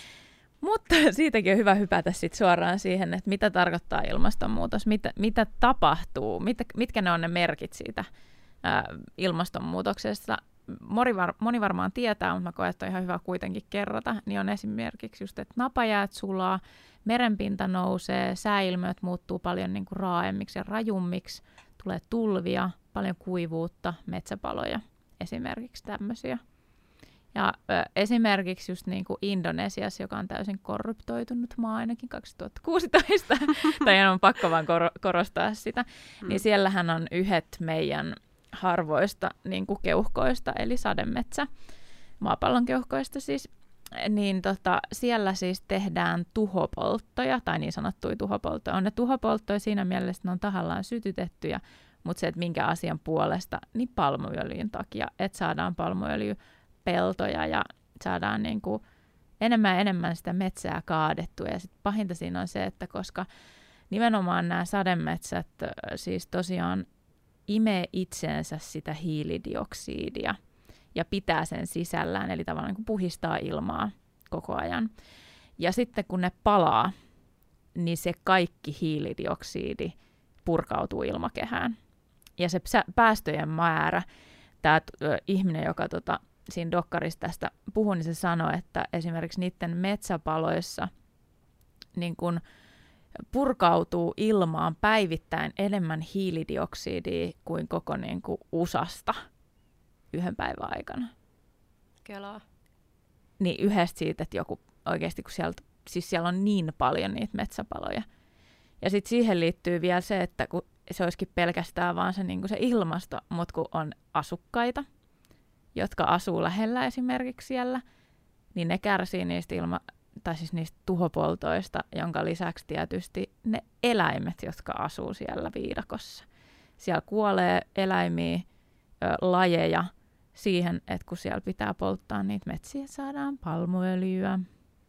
Mutta siitäkin on hyvä hypätä sit suoraan siihen, että mitä tarkoittaa ilmastonmuutos, mitä, mitä tapahtuu, mit, mitkä ne on ne merkit siitä ää, ilmastonmuutoksesta. Moni, var, moni varmaan tietää, mutta mä koen, että on ihan hyvä kuitenkin kerrata. Niin on esimerkiksi just, että napajäät sulaa, merenpinta nousee, sääilmiöt muuttuu paljon niin kuin raaemmiksi ja rajummiksi, tulee tulvia, paljon kuivuutta, metsäpaloja, esimerkiksi tämmöisiä. Ja ö, esimerkiksi just niin kuin Indonesiassa, joka on täysin korruptoitunut maa ainakin kaksituhattakuusitoista, tai on pakko vaan kor- korostaa sitä, mm. niin siellähän on yhdet meidän harvoista niin kuin keuhkoista, eli sademetsä, maapallon keuhkoista siis, niin tota, siellä siis tehdään tuhopolttoja, tai niin sanottuja tuhopolttoja. On ne tuhopolttoja siinä mielessä, että ne on tahallaan sytytettyjä, mutta se, että minkä asian puolesta, niin palmuöljyn takia, että saadaan palmuöljypeltoja ja saadaan niin kuin enemmän ja enemmän sitä metsää kaadettua. Ja sitten pahinta siinä on se, että koska nimenomaan nämä sademetsät siis tosiaan imee itseensä sitä hiilidioksidia ja pitää sen sisällään, eli tavallaan niin kuin puhistaa ilmaa koko ajan. Ja sitten kun ne palaa, niin se kaikki hiilidioksidi purkautuu ilmakehään. Ja se päästöjen määrä, tämä ihminen, joka tota, siinä dokkarissa tästä puhui, niin se sanoi, että esimerkiksi niiden metsäpaloissa niin kun purkautuu ilmaan päivittäin enemmän hiilidioksidia kuin koko niin kuin U S A:sta yhden päivän aikana. Kelaa. Niin yhdestä siitä, että joku oikeasti, kun sieltä, siis siellä on niin paljon niitä metsäpaloja. Ja sitten siihen liittyy vielä se, että kun se olisikin pelkästään vaan se, niin kuin se ilmasto, mutta kun on asukkaita, jotka asuu lähellä esimerkiksi siellä, niin ne kärsii niistä, ilma, tai siis niistä tuhopoltoista, jonka lisäksi tietysti ne eläimet, jotka asuu siellä viidakossa. Siellä kuolee eläimiä, ö, lajeja siihen, että kun siellä pitää polttaa niitä metsiä, saadaan palmuöljyä.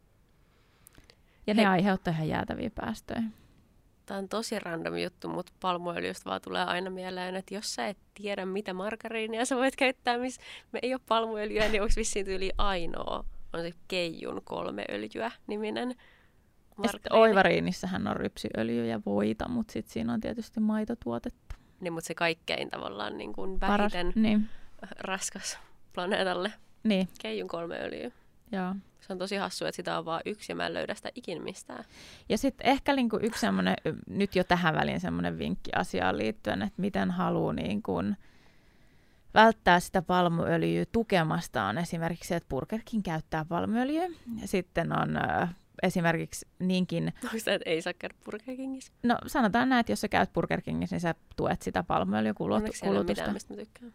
Ja ne He... aiheuttaa ihan jäätäviä päästöjä. Tämä on tosi random juttu, mutta palmuöljystä vaan tulee aina mieleen, että jos sä et tiedä, mitä margariinia sä voit käyttää, missä me ei ole palmuöljyä, niin onko vissiin tyyli ainoa? On se Keijun kolme öljyä niminen margariini. Oivariinissahan on rypsiöljy ja voita, mutta sitten siinä on tietysti maitotuotetta. Niin, mutta se kaikkein tavallaan niin kuin vähiten Paras, niin. raskas planeetalle. Niin. Keijun kolme öljyä. Joo. Se on tosi hassu, että sitä on vaan yksi ja mä en löydä sitä ikin mistään. Ja sitten ehkä niinku yksi semmoinen, nyt jo tähän väliin semmoinen vinkki asiaan liittyen, että miten haluaa niinku välttää sitä palmuöljyä tukemasta on esimerkiksi se, että Burgerkin käyttää palmuöljyä. Sitten on äh, esimerkiksi niinkin... Onko sitä, että ei saa käydä Burger Kingissä? No sanotaan näin, että jos sä käyt Burger Kingissä, niin sä tuet sitä palmuöljykulutusta. Onneksi ei ole mitään, mistä mä tykkään.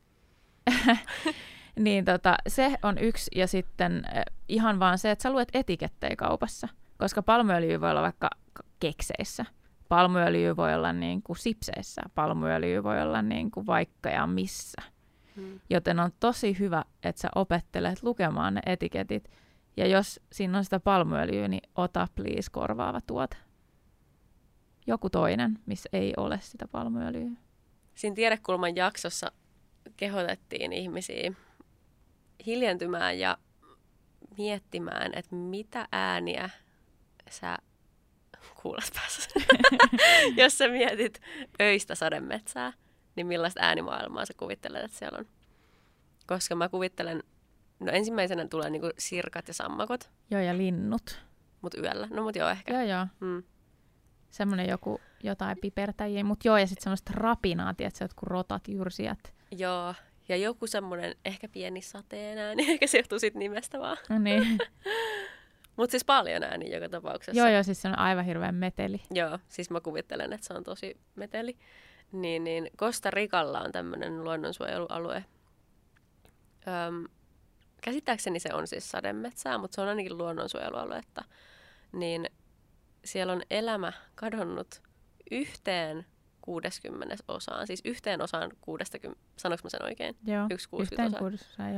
Niin tota, se on yksi, ja sitten äh, ihan vaan se, että sä luet etikettejä kaupassa, koska palmuöljy voi olla vaikka kekseissä, palmuöljy voi olla niin kuin sipseissä, palmuöljy voi olla niin kuin vaikka ja missä. Hmm. Joten on tosi hyvä, että sä opettelet lukemaan ne etiketit, ja jos siinä on sitä palmuöljyä, niin ota please korvaava tuote. Joku toinen, missä ei ole sitä palmuöljyä. Siinä Tiedekulman jaksossa kehotettiin ihmisiä hiljentymään ja miettimään, että mitä ääniä sä kuulet päässä. Jos sä mietit öistä sademetsää, niin millaista äänimaailmaa sä kuvittelet, että siellä on? Koska mä kuvittelen, no ensimmäisenä tulee niinku sirkat ja sammakot. Joo, ja linnut. Mut yöllä. No mut joo ehkä. Joo, joo. Mm. Semmoinen joku, jotain pipertäjiä. Mut joo, ja sitten semmoista rapinaa, tiedätkö, jotkut rotat, jyrsijät. Joo. Ja joku semmoinen ehkä pieni sateen ääni, eikä se johtuu siitä nimestä vaan. No niin. Mutta siis paljon ääni joka tapauksessa. Joo, joo, siis se on aivan hirveän meteli. Joo, siis mä kuvittelen, että se on tosi meteli. Niin, niin Costa Ricalla on tämmöinen luonnonsuojelualue. Öm, käsittääkseni se on siis sademetsää, mutta se on ainakin luonnonsuojelualuetta. Niin siellä on elämä kadonnut yhteen kuudeskymmenes osaan, siis yhteen osaan kuudestakymmenestä, sanoinko mä sen oikein? Joo, Yksi yhteen kuudesosaan, joo.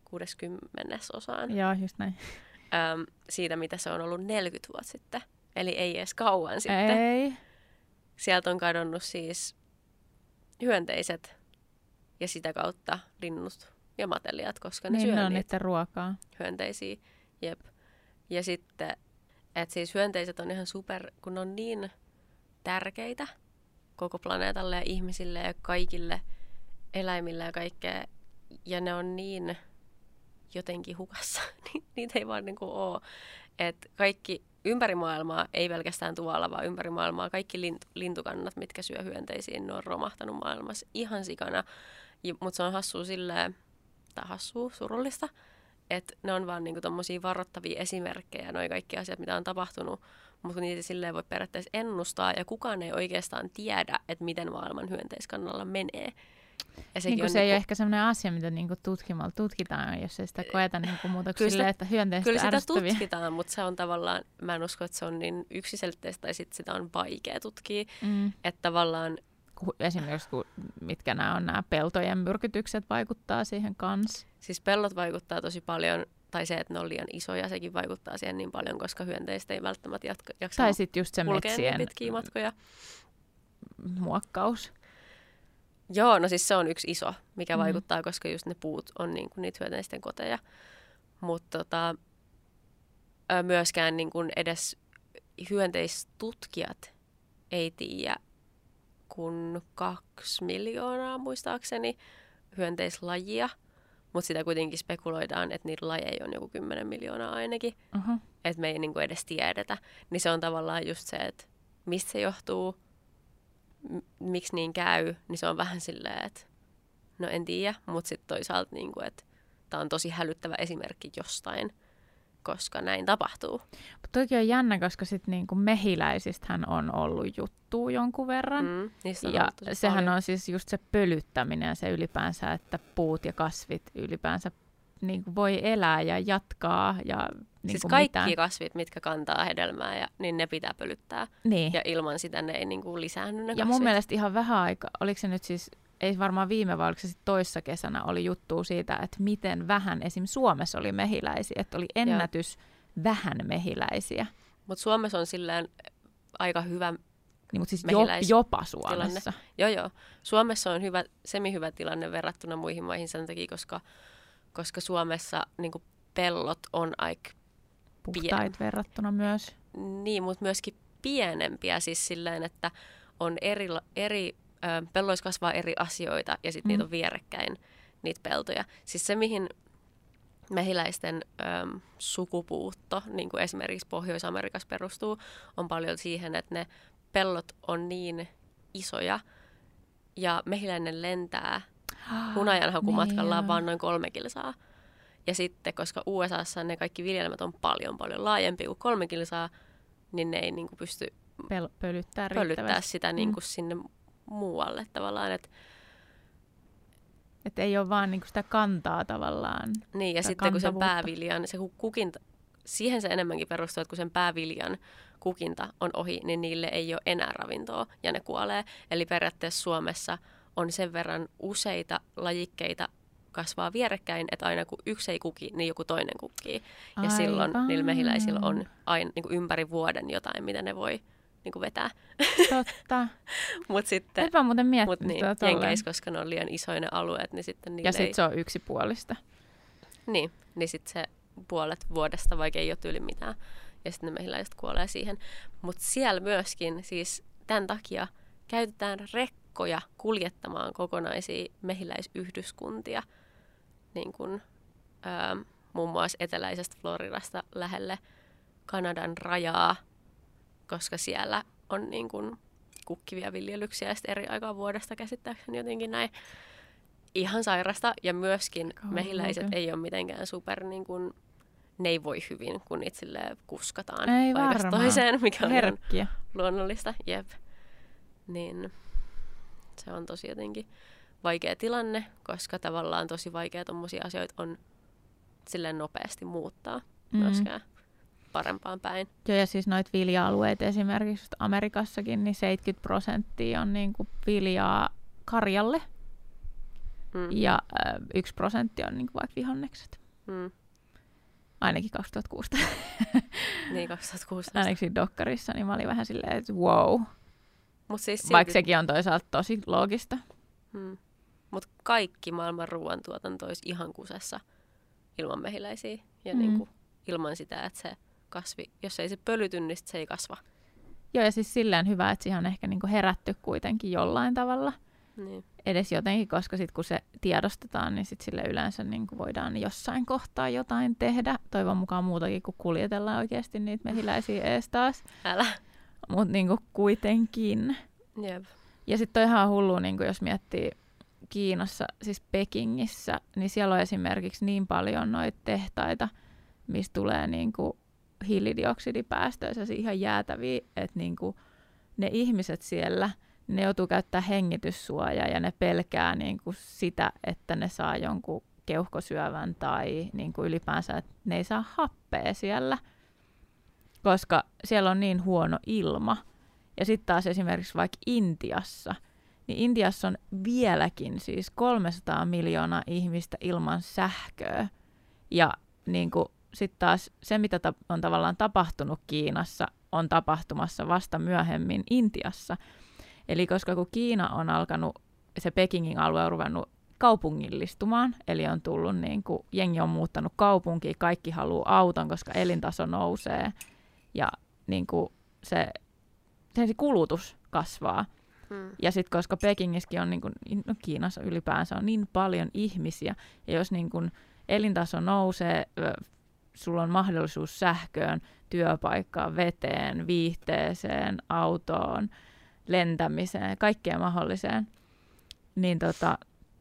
kuudeskymmenesosaan Joo, just näin. äm, siitä, mitä se on ollut neljäkymmentä vuotta sitten. Eli ei edes kauan sitten. Ei. Sieltä on kadonnut siis hyönteiset ja sitä kautta linnut ja matelijat, koska ne niin, syö ne on niitä niiden ruokaa. hyönteisiä. Jep. Ja sitten, että siis hyönteiset on ihan super, kun ne on niin tärkeitä koko planeetalle ja ihmisille ja kaikille eläimille ja kaikkea. Ja ne on niin jotenkin hukassa. Niitä ei vaan niin kuin ole. Että kaikki ympäri maailmaa, ei pelkästään tuolla, vaan ympäri maailmaa, kaikki lint- lintukannat, mitkä syö hyönteisiä, ne on romahtanut maailmassa ihan sikana. Mutta se on hassua silleen, tai hassua, surullista, että ne on vaan niinku tommosia varoittavia esimerkkejä, noi kaikki asiat, mitä on tapahtunut, mutta niitä silleen voi periaatteessa ennustaa, ja kukaan ei oikeastaan tiedä, että miten maailman hyönteiskannalla menee. Ja niin kuin se niinku, ei ole ehkä sellainen asia, mitä niinku tutkimalla tutkitaan, jos ei sitä koeta niinku muuta kuin silleen, että hyönteiset Kyllä sitä ärsyttäviä. tutkitaan, mutta se on tavallaan, mä en usko, että se on niin yksiselitteistä, tai sit sitä on vaikea tutkia, Mm. että tavallaan Esimerkiksi kun, mitkä nämä on nämä peltojen myrkytykset vaikuttaa siihen kanssa. siis pellot vaikuttaa tosi paljon, tai se, että ne on liian isoja, sekin vaikuttaa siihen niin paljon, koska hyönteistä ei välttämättä jatka, jaksa Tai sitten just se kulkea metsien niin pitkiä matkoja. muokkaus. Joo, no siis se on yksi iso, mikä Mm. vaikuttaa, koska just ne puut on niin kuin niitä hyönteisten koteja. Mutta tota, ö, myöskään niin kuin edes hyönteistutkijat ei tiedä kun kaksi miljoonaa muistaakseni hyönteislajia, mutta sitä kuitenkin spekuloidaan, että niitä lajeja on joku kymmenen miljoonaa ainakin, Uh-huh. että me ei niin kuin edes tiedetä. Niin se on tavallaan just se, että mistä se johtuu, m- miksi niin käy, niin se on vähän silleen, että no en tiedä, mutta sitten toisaalta, niin kuin, että tämä on tosi hälyttävä esimerkki jostain, koska näin tapahtuu. Mutta toikin on jännä, koska sit niinku mehiläisistähän on ollut juttua jonkun verran. Mm, niistä on Ja ollut tosi sehän paljon. on siis just se pölyttäminen ja se ylipäänsä, että puut ja kasvit ylipäänsä niinku voi elää ja jatkaa. Ja Siis niinku kaikki mitään. kasvit, mitkä kantaa hedelmää, ja, niin ne pitää pölyttää. Niin. Ja ilman sitä ne ei niin kuin lisäänny ne Ja kasvit. mun mielestä ihan vähän aikaa, oliko se nyt siis, ei varmaan viime vai oliko se sitten toissa kesänä, oli juttua siitä, että miten vähän esim. Suomessa oli mehiläisiä, että oli ennätys Joo. vähän mehiläisiä. Mutta Suomessa on silleen aika hyvä, Niin, mutta siis jo, mehiläis- jopa Suomessa. joo joo, Suomessa on hyvä, semi-hyvä tilanne verrattuna muihin maihin sen takia, koska, koska Suomessa niin kuin pellot on aika Puhtait verrattuna myös. niin, mutta myöskin pienempiä, siis silleen, että on eri, eri ö, pelloissa kasvaa eri asioita ja sitten Mm. niitä on vierekkäin, niitä peltoja. Siis se, mihin mehiläisten ö, sukupuutto, niin kuin esimerkiksi Pohjois-Amerikassa perustuu, on paljon siihen, että ne pellot on niin isoja ja mehiläinen lentää hunajanhakumatkallaan Niin, vaan noin kolme kilsaa. Ja sitten, koska U S A:ssa ne kaikki viljelmät on paljon paljon laajempi kuin kolme kilsaa, niin ne ei niin kuin pysty Pel- pölyttää pölyttää riittävästi. sitä niin kuin sinne muualle tavallaan. Et, Että ei ole vaan niinku sitä kantaa tavallaan. niin, ja Tai sitten kun sen kantavuutta. pääviljan, se ku- kukinta, siihen se enemmänkin perustuu, että kun sen pääviljan kukinta on ohi, niin niille ei ole enää ravintoa ja ne kuolee. Eli periaatteessa Suomessa on sen verran useita lajikkeita kasvaa vierekkäin, että aina kun yksi ei kuki, niin joku toinen kukkii. Ja Aivan. silloin niillä mehiläisillä on aina niin kuin ympäri vuoden jotain, mitä ne voi niin kuin vetää. Totta. Mutta sitten, Enpä muuten mut miettinyt niin, tota tolleen. Jenkeissä, koska ne on liian isoja ne alueet, niin sitten niille Ja sitten ei... se on yksipuolista. Niin, niin sitten se puolet vuodesta, vaikka ei ole tyyli mitään. Ja sitten ne mehiläiset kuolee siihen. Mutta siellä myöskin, siis tämän takia käytetään rekkoja kuljettamaan kokonaisia mehiläisyhdyskuntia. Niin kuin öö, muun muassa eteläisestä Floridasta lähelle Kanadan rajaa, koska siellä on niin kuin kukkivia viljelyksiä ja sitten eri aikaa vuodesta käsittääkseni jotenkin näin. Ihan sairasta, ja myöskin Kauan mehiläiset oikein. ei ole mitenkään super, niin kuin, ne ei voi hyvin, kun niitä silleen kuskataan Ei paikasta varmaan. toiseen, mikä on ihan Herkkiä. luonnollista. Jep. Niin se on tosi jotenkin vaikea tilanne, koska tavallaan tosi vaikea tommosia asioita on silleen nopeasti muuttaa Mm. myöskään parempaan päin. Joo, ja siis noita vilja-alueita esimerkiksi just Amerikassakin, niin seitsemänkymmentä prosenttia on niinku viljaa karjalle. mm. ja äh, yksi prosentti on niin kuin vaikka vihannekset. Mm. Ainakin kaksituhattakuusitoista. Niin, kaksituhattakuusitoista. Ainakin siinä dokkarissa, niin mä olin vähän silleen, että wow. Mut siis silti... Vaikka sekin on toisaalta tosi loogista. Mm. Mutta kaikki maailman ruoantuotanto olisi ihan kusessa ilman mehiläisiä. Ja mm. niinku, ilman sitä, että se kasvi, jos ei se pölyty, niin se ei kasva. Joo, ja siis silleen hyvä, että siihen on ehkä niinku herätty kuitenkin jollain tavalla. Niin. Edes jotenkin, koska sitten kun se tiedostetaan, niin sit sille yleensä niinku voidaan jossain kohtaa jotain tehdä. Toivon mukaan muutakin, kun kuljetellaan oikeasti niitä mehiläisiä ees taas. Älä. Mutta niinku kuitenkin. Jep. Ja sitten on ihan hullu, niinku jos miettii Kiinassa, siis Pekingissä, niin siellä on esimerkiksi niin paljon noita tehtaita, mistä tulee niinku hiilidioksidipäästöjä, ihan jäätäviä, että niinku ne ihmiset siellä, ne joutuu käyttämään hengityssuojaa ja ne pelkää niinku sitä, että ne saa jonkun keuhkosyövän tai niinku ylipäänsä, että ne ei saa happea siellä, koska siellä on niin huono ilma. Ja sitten taas esimerkiksi vaikka Intiassa, niin Intiassa on vieläkin siis kolmesataa miljoonaa ihmistä ilman sähköä. Ja niinku sitten taas se, mitä ta- on tavallaan tapahtunut Kiinassa, on tapahtumassa vasta myöhemmin Intiassa. Eli koska kun Kiina on alkanut, se Pekingin alue on ruvennut kaupungillistumaan, eli on tullut niin kuin, jengi on muuttanut kaupunkiin, kaikki haluaa auton, koska elintaso nousee ja niin kuin, se, se kulutus kasvaa. Hmm. Ja sitten koska Pekingissäkin on, niin kuin, no Kiinassa ylipäänsä on niin paljon ihmisiä, ja jos niin kuin, elintaso nousee, sulla on mahdollisuus sähköön, työpaikkaan, veteen, viihteeseen, autoon, lentämiseen, kaikkeen mahdolliseen, niin tota,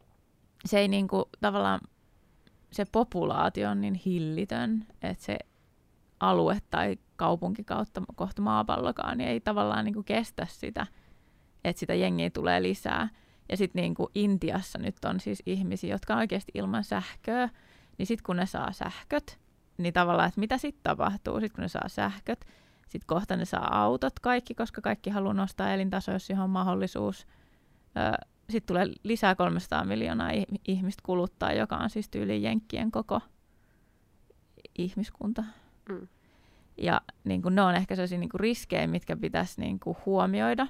se ei niinku, tavallaan, se populaatio on niin hillitön, että se alue tai kaupunki kautta kohta maapallokaan niin ei tavallaan niinku kestä sitä, että sitä jengiä tulee lisää. Ja sitten niinku Intiassa nyt on siis ihmisiä, jotka on oikeasti ilman sähköä, niin sitten kun ne saa sähköt, niin tavallaan, että mitä sitten tapahtuu, sitten kun ne saa sähköt, sitten kohta ne saa autot kaikki, koska kaikki haluaa nostaa elintasoa, jos siihen on mahdollisuus. Sitten tulee lisää kolmesataa miljoonaa ihmistä kuluttaa, joka on siis tyyliin jenkkien koko ihmiskunta. Mm. Ja niin kun ne on ehkä sellaisia niin kun riskejä, mitkä pitäisi niin kun huomioida.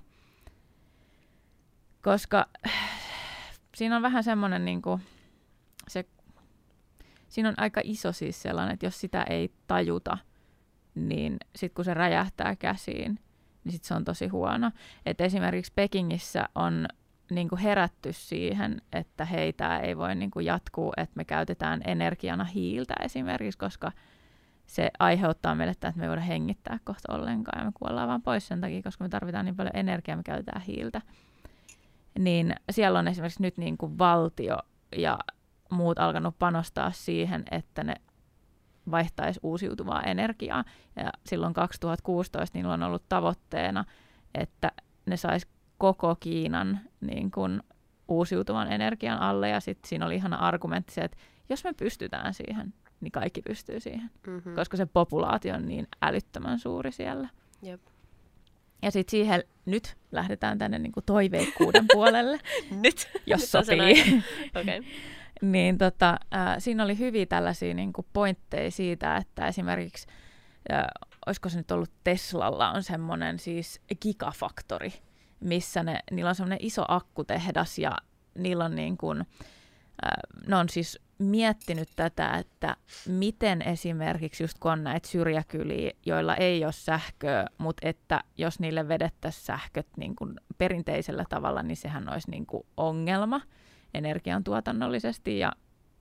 Koska siinä on vähän semmoinen, niin kun, se, siinä on aika iso siis sellainen, että jos sitä ei tajuta, niin sitten kun se räjähtää käsiin, niin sitten se on tosi huono. Et esimerkiksi Pekingissä on niinku herätty siihen, että hei, tää ei voi niinku jatkuu, että me käytetään energiana hiiltä esimerkiksi, koska se aiheuttaa meille, että me ei voida hengittää kohta ollenkaan ja me kuollaan vaan pois sen takia, koska me tarvitaan niin paljon energiaa, me käytetään hiiltä. Niin siellä on esimerkiksi nyt niinku valtio ja muut alkanut panostaa siihen, että ne vaihtaisi uusiutuvaa energiaa. Ja silloin kaksituhattakuusitoista niillä on ollut tavoitteena, että ne sais koko Kiinan niin kun, uusiutuvan energian alle. Ja sitten siinä oli ihana argumentti se, että jos me pystytään siihen, niin kaikki pystyy siihen. Mm-hmm. Koska se populaatio on niin älyttömän suuri siellä. Jep. Ja sitten siihen nyt lähdetään tänne niin kun toiveikkuuden puolelle. Nyt? Jos nyt sopii. Okei. Okay. Niin tota, äh, siinä oli hyviä tällaisia niin kuin pointteja siitä, että esimerkiksi, äh, olisiko se nyt ollut Teslalla, on semmoinen siis gigafaktori, missä ne, niillä on semmoinen iso akkutehdas ja niillä on niin kuin, äh, ne on siis miettinyt tätä, että miten esimerkiksi just kun on näitä syrjäkyliä, joilla ei ole sähköä, mutta että jos niille vedettäisiin sähköt niin kuin perinteisellä tavalla, niin sehän olisi niin kuin ongelma energiantuotannollisesti ja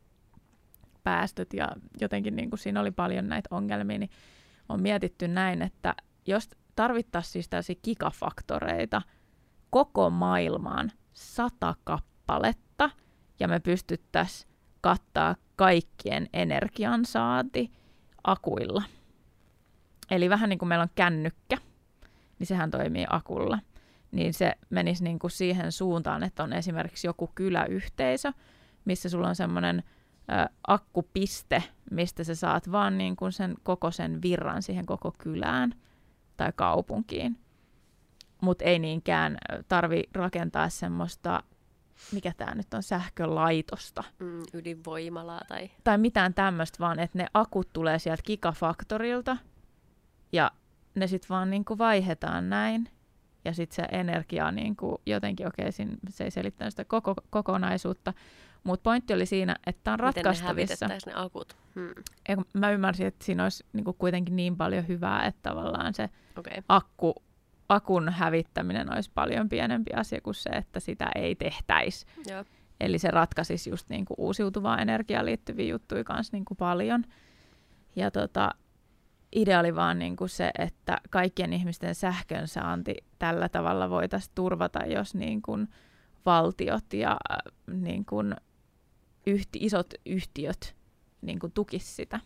päästöt ja jotenkin niin kuin siinä oli paljon näitä ongelmia, niin on mietitty näin, että jos tarvittaisiin siis tällaisia gigafaktoreita koko maailmaan sata kappaletta ja me pystyttäisiin kattaa kaikkien energiansaanti akuilla. Eli vähän niin kuin meillä on kännykkä, niin sehän toimii akulla. Niin se menisi niin kuin siihen suuntaan, että on esimerkiksi joku kyläyhteisö, missä sulla on semmoinen ä, akkupiste, mistä sä saat vaan niin kuin sen koko sen virran siihen koko kylään tai kaupunkiin. Mutta ei niinkään tarvi rakentaa semmoista mikä tämä nyt on, sähkölaitosta. Mm, ydinvoimalaa tai... Tai mitään tämmöistä, vaan että ne akut tulee sieltä gigafaktorilta ja ne sitten vaan niinku vaihdetaan näin. Ja sitten se energia niinku jotenkin, okei, okay, se ei selittänyt sitä koko, kokonaisuutta. Mutta pointti oli siinä, että tämä on ratkaistavissa. Miten ne hävitettäisiin ne akut? Hmm. Mä ymmärsin, että siinä olisi niinku kuitenkin niin paljon hyvää, että tavallaan se okay. akku, akun hävittäminen olisi paljon pienempi asia kuin se, että sitä ei tehtäisi. Joo. Eli se ratkaisisi just niinku uusiutuvaan energiaan liittyviä juttuja kanssa niinku paljon. Ja tota, idea oli vaan niinku se, että kaikkien ihmisten sähkön saanti tällä tavalla voitaisiin turvata, jos niinku valtiot ja niinku yhti, isot yhtiöt niinku tukis sitä.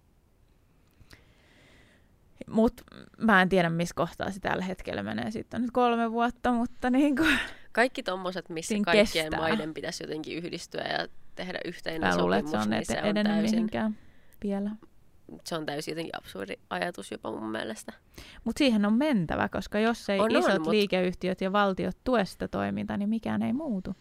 Mut mä en tiedä, missä kohtaa se tällä hetkellä menee. Sitten on nyt kolme vuotta, mutta niinku... Kaikki tommoset, missä kaikkien kestää. Maiden pitäisi jotenkin yhdistyä ja tehdä yhteinen sopimus, se on niin et- se on edennyt täysin... mihinkään vielä. Se on täysin jotenkin absurdi ajatus jopa mun mielestä. Mutta siihen on mentävä, koska jos ei on, isot on, mut... liikeyhtiöt ja valtiot tue sitä toimintaa, niin mikään ei muutu.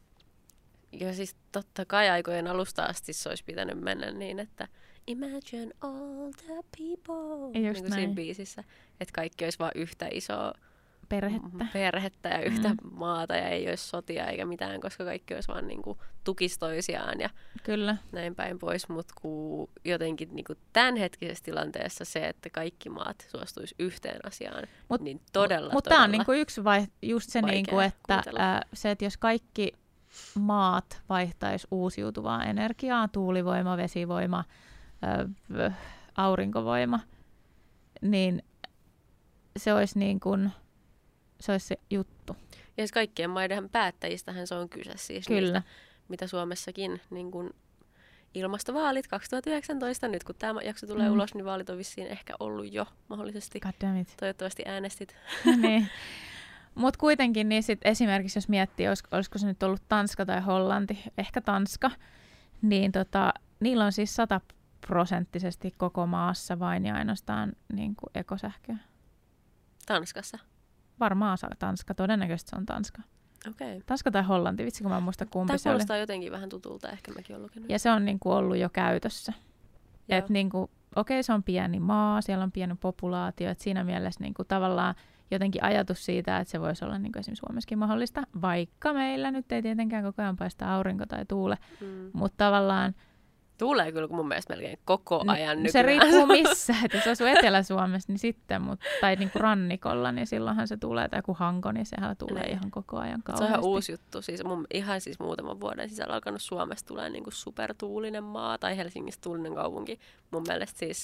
Ja siis totta kai aikojen alusta asti se olisi pitänyt mennä niin, että imagine all the people, niin kuin siinä biisissä, että kaikki olisi vaan yhtä isoa perhettä, perhettä ja yhtä mm. maata ja ei olisi sotia eikä mitään, koska kaikki olisi vaan niin kuin tukisi toisiaan ja Kyllä. näin päin pois, mutta kun jotenkin niin kuin tämänhetkisessä tilanteessa se, että kaikki maat suostuisi yhteen asiaan, mut, niin todella, Mutta tämä on niin kuin yksi vai, just se, niin kuin, että ää, se, että jos kaikki maat vaihtaisi uusiutuvaa energiaa, tuulivoima, vesivoima, ää, aurinkovoima, niin se olisi niin kuin se olisi se juttu. Ja siis kaikkien maiden päättäjistähän se on kyse siis Kyllä. niistä, mitä Suomessakin niin kun ilmastovaalit kaksituhattayhdeksäntoista, nyt kun tämä jakso tulee mm. ulos, niin vaalit on vissiin ehkä ollut jo mahdollisesti. Toivottavasti äänestit. Niin. Mutta kuitenkin niin sit esimerkiksi jos miettii, olisiko, olisiko se nyt ollut Tanska tai Hollanti, ehkä Tanska, niin tota, niillä on siis sataprosenttisesti koko maassa vain ja ainoastaan niin kuin ekosähköä. Tanskassa? Varmaan Tanska, todennäköisesti se on Tanska. Okay. Tanska tai Hollanti, vitsi kun mä en muista kumpi Tämä se oli. Tämä kuulostaa jotenkin vähän tutulta, ehkä mäkin olen lukenut. Ja se on niin kuin ollut jo käytössä. Että niin kuin, okei, okay, se on pieni maa, siellä on pieni populaatio, että siinä mielessä niin kuin tavallaan jotenkin ajatus siitä, että se voisi olla niin kuin esimerkiksi Suomessakin mahdollista, vaikka meillä nyt ei tietenkään koko ajan paista aurinko tai tuule, mm. mutta tavallaan tuulee kyllä mun mielestä melkein koko ajan no, nykyään. Se riippuu missä, että jos asuu Etelä-Suomessa, niin sitten, mut, tai niinku rannikolla, niin silloinhan se tulee, tai joku Hanko, niin sehän tulee ne. Ihan koko ajan kauheasti. Se on ihan uusi juttu, siis mun, ihan siis muutaman vuoden sisällä alkanut Suomesta tulee niinku supertuulinen maa, tai Helsingissä tuulinen kaupunki. Mun mielestä siis...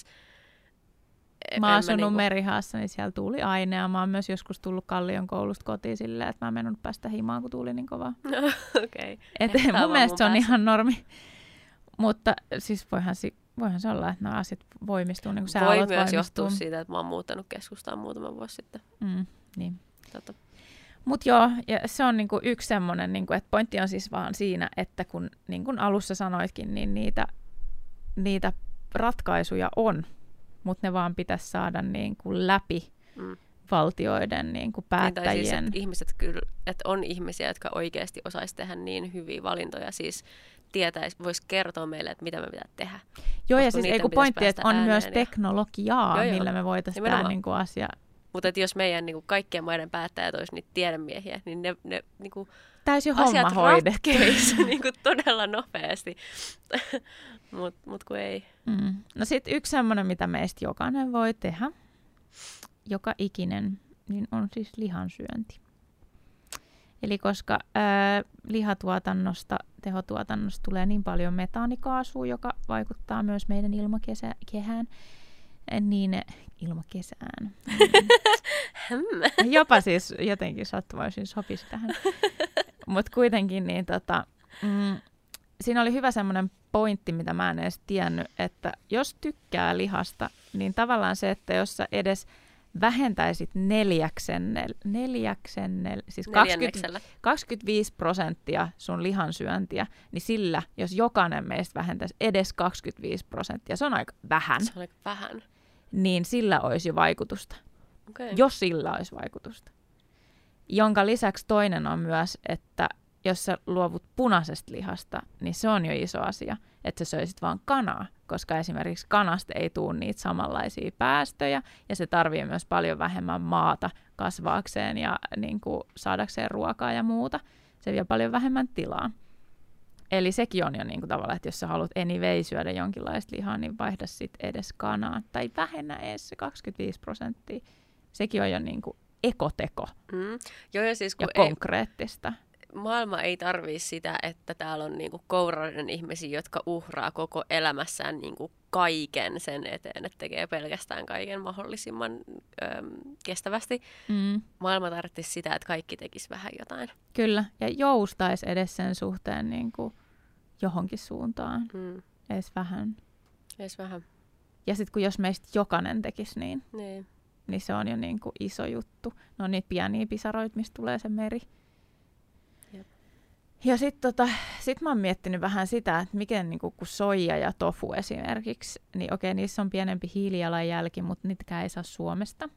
Mä oon asunut niinku... Merihaassa, niin siellä tuuli aina, ja mä oon myös joskus tullut Kallion koulusta kotiin silleen, että mä en mennyt päästä himaan, kun tuuli niin kovaa. No, okei. Okay. Mun mielestä se on ihan normi. Mutta siis voihan, si- voihan se olla, että nämä asiat voimistuu, niin kuin sä Voi alat myös voimistuu. johtua siitä, että mä oon muuttanut keskustaan muutama vuosi sitten. Mm, niin. Tota. Mutta joo, ja se on niinku yksi semmoinen, niinku, että pointti on siis vaan siinä, että kun niin kuin alussa sanoitkin, niin niitä, niitä ratkaisuja on, mutta ne vaan pitäisi saada niinku läpi mm. valtioiden niinku päättäjien. Niin, tai siis, että ihmiset kyllä, että on ihmisiä, jotka oikeasti osaisi tehdä niin hyviä valintoja, siis tietäisi, voisi kertoa meille, että mitä me pitää tehdä. Joo, ja siis ei kun pointti, että on myös ja... teknologiaa, joo, joo. millä me voitaisiin tämä niinku asia. Mutta jos meidän niinku, kaikkien maiden päättäjät olisi niitä tiedemiehiä, niin ne, ne niinku, täysin homma hoidettu. niinku, todella nopeasti. Mutta mut kun ei. Mm. No sitten yksi semmoinen, mitä meistä jokainen voi tehdä, joka ikinen, niin on siis lihansyönti. Eli koska ää, lihatuotannosta, tehotuotannosta tulee niin paljon metaanikaasua, joka vaikuttaa myös meidän ilmakehään, niin ilmakesään. Jopa siis jotenkin sattumoisin sopisi tähän. Mutta kuitenkin, niin tota, mm, siinä oli hyvä semmoinen pointti, mitä mä en edes tiennyt, että jos tykkää lihasta, niin tavallaan se, että jos sä edes vähentäisit neljäksennel, neljäksennel, siis kaksikymmentä, kaksikymmentäviisi prosenttia sun lihansyöntiä, niin sillä, jos jokainen meistä vähentäisi edes kaksikymmentäviisi prosenttia, se on aika vähän, se on aika vähän. Niin sillä olisi jo vaikutusta, okay. jos sillä olisi vaikutusta. Jonka lisäksi toinen on myös, että jos sä luovut punaisesta lihasta, niin se on jo iso asia, että sä söisit vaan kanaa, koska esimerkiksi kanasta ei tule niitä samanlaisia päästöjä, ja se tarvii myös paljon vähemmän maata kasvaakseen ja niin kuin, saadakseen ruokaa ja muuta. Se vie paljon vähemmän tilaa. Eli sekin on jo niin kuin, tavallaan, että jos sä haluat anyway syödä jonkinlaista lihaa, niin vaihda sitten edes kanaa, tai vähennä edes se kaksikymmentäviisi prosenttia. Sekin on jo niin kuin, ekoteko mm. Joo, ja, siis, ja konkreettista. Ei, maailma ei tarvii sitä, että täällä on niinku kourallinen ihmisiä, jotka uhraa koko elämässään niinku kaiken sen eteen, että tekee pelkästään kaiken mahdollisimman öm, kestävästi. Mm. Maailma tarvitsee sitä, että kaikki tekisi vähän jotain. Kyllä, ja joustaisi edes sen suhteen niinku johonkin suuntaan. Mm. Edes vähän. Edes vähän. Ja sitten kun jos meistä jokainen tekisi niin. Niin. Niin se on jo niin kuin iso juttu. Ne on niitä pieniä pisaroita, mistä tulee se meri. Jep. Ja sitten tota, sit mä oon miettinyt vähän sitä, että miten niin kuin, kun soija ja tofu esimerkiksi, niin okei, niissä on pienempi hiilijalanjälki, mutta niitäkään ei saa Suomesta.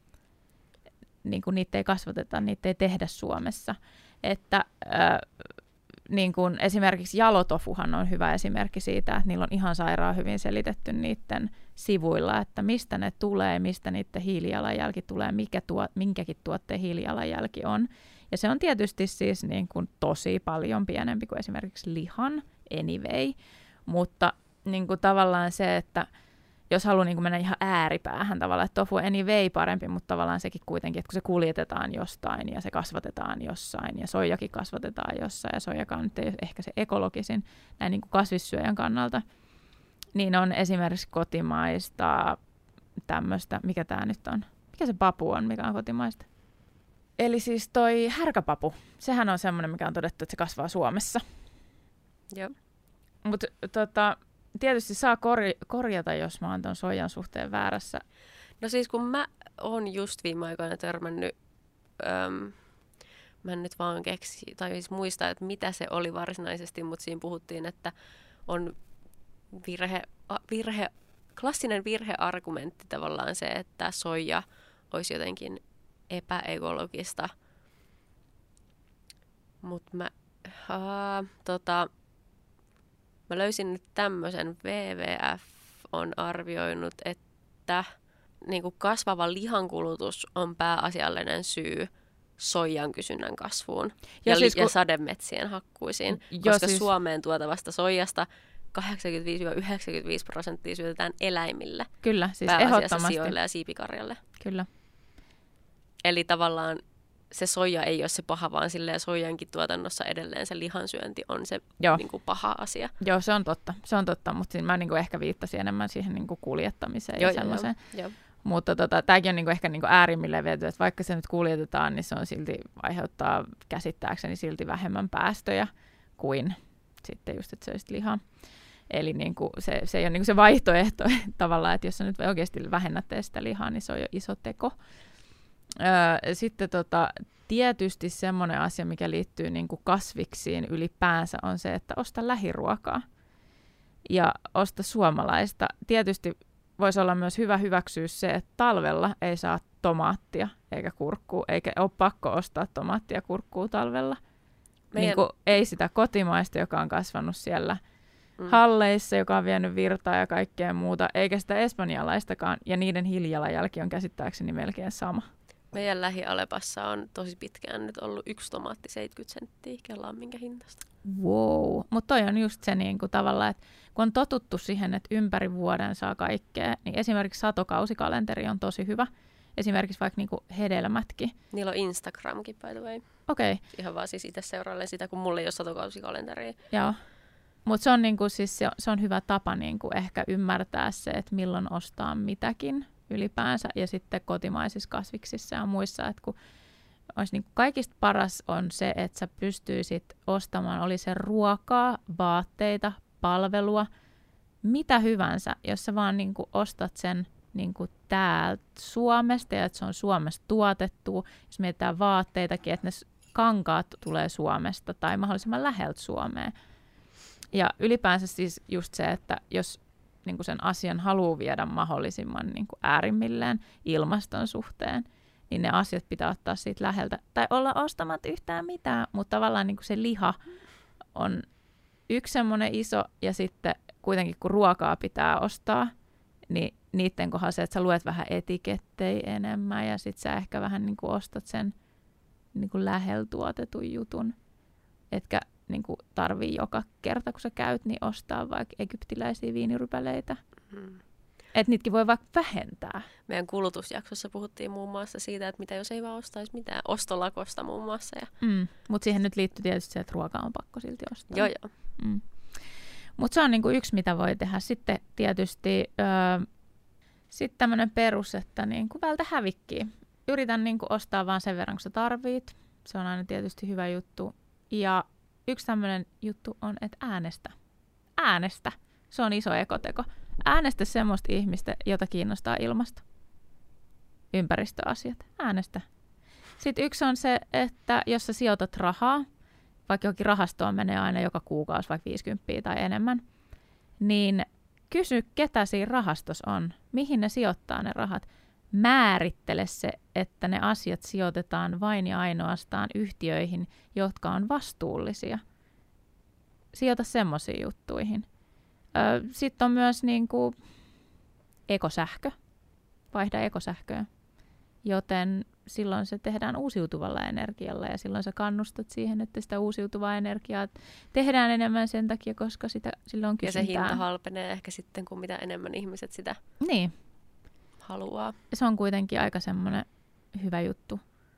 Niin kuin niitä ei kasvateta, niitä ei tehdä Suomessa. Että äh, niin kuin esimerkiksi jalotofuhan on hyvä esimerkki siitä, että niillä on ihan sairaan hyvin selitetty niiden sivuilla, että mistä ne tulee, mistä niiden hiilijalanjälki tulee, mikä tuo, minkäkin tuotteen hiilijalanjälki on. Ja se on tietysti siis niin kuin tosi paljon pienempi kuin esimerkiksi lihan, anyway, mutta niin kuin tavallaan se, että jos haluaa niin kuin mennä ihan ääripäähän tavallaan, että tofu anyway parempi, mutta tavallaan sekin kuitenkin, että kun se kuljetetaan jostain ja se kasvatetaan jossain ja soijakin kasvatetaan jossain ja soijakaan nyt ei ole ehkä se ekologisin näin niin kuin kasvissyöjän kannalta, niin on esimerkiksi kotimaista tämmöistä, mikä tämä nyt on, mikä se papu on, mikä on kotimaista. Eli siis toi härkäpapu, sehän on semmoinen, mikä on todettu, että se kasvaa Suomessa. Joo. Mutta tota... Tietysti saa korj- korjata, jos mä oon ton soijan suhteen väärässä. No siis kun mä oon just viime aikoina törmännyt, öm, mä en nyt vaan keksi, tai siis muista, että mitä se oli varsinaisesti, mutta siinä puhuttiin, että on virhe, virhe, klassinen virheargumentti tavallaan se, että soija olisi jotenkin epäekologista. Mutta mä, haa, tota... Mä löysin nyt tämmöisen, W W F on arvioinut, että niin kuin kasvava lihankulutus on pääasiallinen syy soijan kysynnän kasvuun ja, ja, siis, ja sademetsien hakkuisiin, koska siis... Suomeen tuotavasta soijasta kahdeksankymmentäviisi yhdeksänkymmentäviisi prosenttia syötetään eläimille. Kyllä, siis pääasiassa ehdottomasti. Sioille ja siipikarjalle. Kyllä. Eli tavallaan se soija ei ole se paha, vaan silleen soijankin tuotannossa edelleen se lihansyönti on se niin kuin paha asia. Joo, se on totta, se on totta, mutta mä niin kuin ehkä viittasin enemmän siihen niin kuin kuljettamiseen joo, ja semmoiseen. Jo, jo. Mutta tota, tämäkin on niin kuin ehkä niin kuin äärimmilleen viety, että vaikka se nyt kuljetetaan, niin se on silti aiheuttaa käsittääkseni silti vähemmän päästöjä kuin sitten just, että söisit lihaa. Eli niin kuin se, se ei ole niin kuin se vaihtoehto tavallaan, että jos sä nyt oikeasti vähennätte sitä lihaa, niin se on jo iso teko. Öö, sitten tota, tietysti semmoinen asia, mikä liittyy niin kuin kasviksiin ylipäänsä, on se, että osta lähiruokaa ja osta suomalaista. Tietysti voisi olla myös hyvä hyväksyä se, että talvella ei saa tomaattia eikä kurkkua, eikä ole pakko ostaa tomaattia ja kurkkua talvella. Meidän... Niin kuin ei sitä kotimaista, joka on kasvanut siellä mm. halleissa, joka on vienyt virtaa ja kaikkea muuta, eikä sitä espanjalaistakaan, ja niiden hiilijalanjälki on käsittääkseni melkein sama. Meidän lähialepassa on tosi pitkään nyt ollut yksi tomaatti seitsemänkymmentä senttiä, kellaan minkä hintasta. Wow, mutta toi on just se niin kuin tavallaan, että kun on totuttu siihen, että ympäri vuoden saa kaikkea, niin esimerkiksi satokausikalenteri on tosi hyvä. Esimerkiksi vaikka niin kuin hedelmätkin. Niillä on Instagramkin, by the way. Okei. Okay. Ihan vaan siis itse seurailen sitä, kun mulla ei ole satokausikalenteri. Joo. Mutta se on, niinku, siis se, se on hyvä tapa niinku, ehkä ymmärtää se, että milloin ostaa mitäkin ylipäänsä. Ja sitten kotimaisissa kasviksissa ja muissa, että kun olisi niinku kaikista paras on se, että sä pystyisit ostamaan, oli se ruokaa, vaatteita, palvelua, mitä hyvänsä, jos sä vaan niinku ostat sen niinku täältä Suomesta ja että se on Suomesta tuotettu. Jos mietitään vaatteitakin, että ne kankaat tulee Suomesta tai mahdollisimman läheltä Suomeen. Ja ylipäänsä siis just se, että jos niin kuin sen asian haluaa viedä mahdollisimman niin kuin äärimmilleen ilmaston suhteen, niin ne asiat pitää ottaa siitä läheltä. Tai olla ostamatta yhtään mitään, mutta tavallaan niin kuin se liha on yksi semmoinen iso, ja sitten kuitenkin kun ruokaa pitää ostaa, niin niiden kohdalla se, että sä luet vähän etikettejä enemmän, ja sitten sä ehkä vähän niin kuin ostat sen niin kuin lähellä tuotetun jutun, etkä niin kuin tarvii joka kerta, kun sä käyt, niin ostaa vaikka egyptiläisiä viinirypäleitä. Mm. Että niitäkin voi vaikka vähentää. Meidän kulutusjaksossa puhuttiin muun muassa siitä, että mitä jos ei vaan ostaisi mitään, ostolakosta muun muassa. Ja... Mm. Mutta siihen nyt liittyy tietysti se, että ruoka on pakko silti ostaa. Joo, joo. Mm. Mutta se on niinku yksi, mitä voi tehdä. Sitten tietysti öö, sit tämmöinen perus, että niinku vältä hävikkiä. Yritän niinku ostaa vaan sen verran, kun sä tarvit. Se on aina tietysti hyvä juttu. Ja yksi tämmöinen juttu on, että äänestä. Äänestä. Se on iso ekoteko. Äänestä semmoista ihmistä, jota kiinnostaa ilmasto. Ympäristöasiat. Äänestä. Sitten yksi on se, että jos sä sijoitat rahaa, vaikka johonkin rahastoon menee aina joka kuukausi vaikka viisikymmentä tai enemmän, niin kysy, ketä siinä rahastossa on. Mihin ne sijoittaa ne rahat. Määrittele se, että ne asiat sijoitetaan vain ja ainoastaan yhtiöihin, jotka on vastuullisia. Sijoita semmoisiin juttuihin. Sitten on myös niin kuin ekosähkö. Vaihda ekosähköä. Joten silloin se tehdään uusiutuvalla energialla ja silloin sä kannustat siihen, että sitä uusiutuvaa energiaa tehdään enemmän sen takia, koska sitä, silloin on kysyntää. Ja se hinta halpenee ehkä sitten, kun mitä enemmän ihmiset sitä niin. haluaa. Se on kuitenkin aika semmoinen hyvä juttu.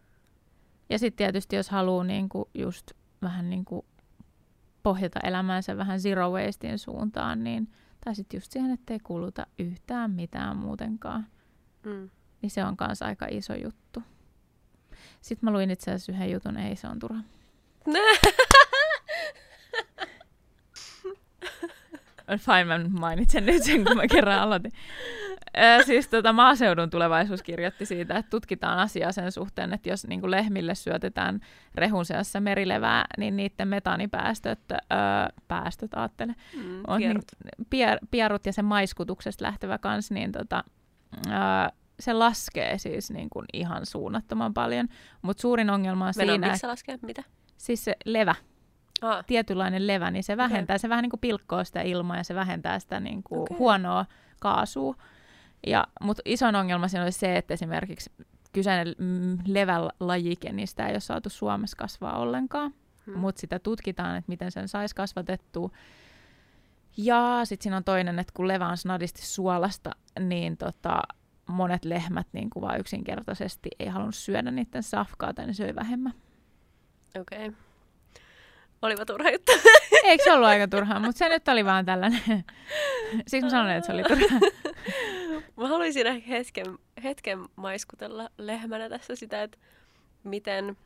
Ja sitten tietysti, jos haluaa niinku just vähän niinku pohjata elämäänsä vähän zero wastein suuntaan, niin, tai sitten just siihen, ettei kuluta yhtään mitään muutenkaan. Mm. Niin se on kanssa aika iso juttu. Sitten mä luin itse asiassa yhden jutun, ei se on turha. Fine, mä mainitsen nyt sen, kun mä kerran aloitin. Äh, siis tota, Maaseudun Tulevaisuus kirjoitti siitä, että tutkitaan asiaa sen suhteen, että jos niin kuin lehmille syötetään rehun seassa merilevää, niin niiden metaanipäästöt, äh, päästöt aattele, mm, on pierut. Niin, pier, pierut ja sen maiskutuksesta lähtevä kans, niin tota, äh, se laskee siis niin kuin ihan suunnattoman paljon, mutta suurin ongelma on Meillä siinä, miksi se laskee? Mitä? Siis se levä, ah. tietynlainen levä, niin se vähentää, okay. se vähän niin kuin pilkkoo sitä ilmaa ja se vähentää sitä niin kuin okay. huonoa kaasua. Ja, mutta ison ongelma siinä oli se, että esimerkiksi kyseinen levälajike, niin sitä ei ole saatu Suomessa kasvaa ollenkaan, hmm. mutta sitä tutkitaan, että miten sen saisi kasvatettua. Ja sitten siinä on toinen, että kun levä on snadisti suolasta, niin tota, monet lehmät niin kuin vaan yksinkertaisesti ei halunnut syödä niiden safkaa tai ne söi vähemmän. Okei. Okay. Olipa turha juttu. Eikö se ollut aika turhaa, mutta se nyt oli vaan tällainen. Siksi mä sanoin, että se oli turhaa. Mä haluaisin ehkä hetken, hetken maiskutella lehmänä tässä sitä, että miten,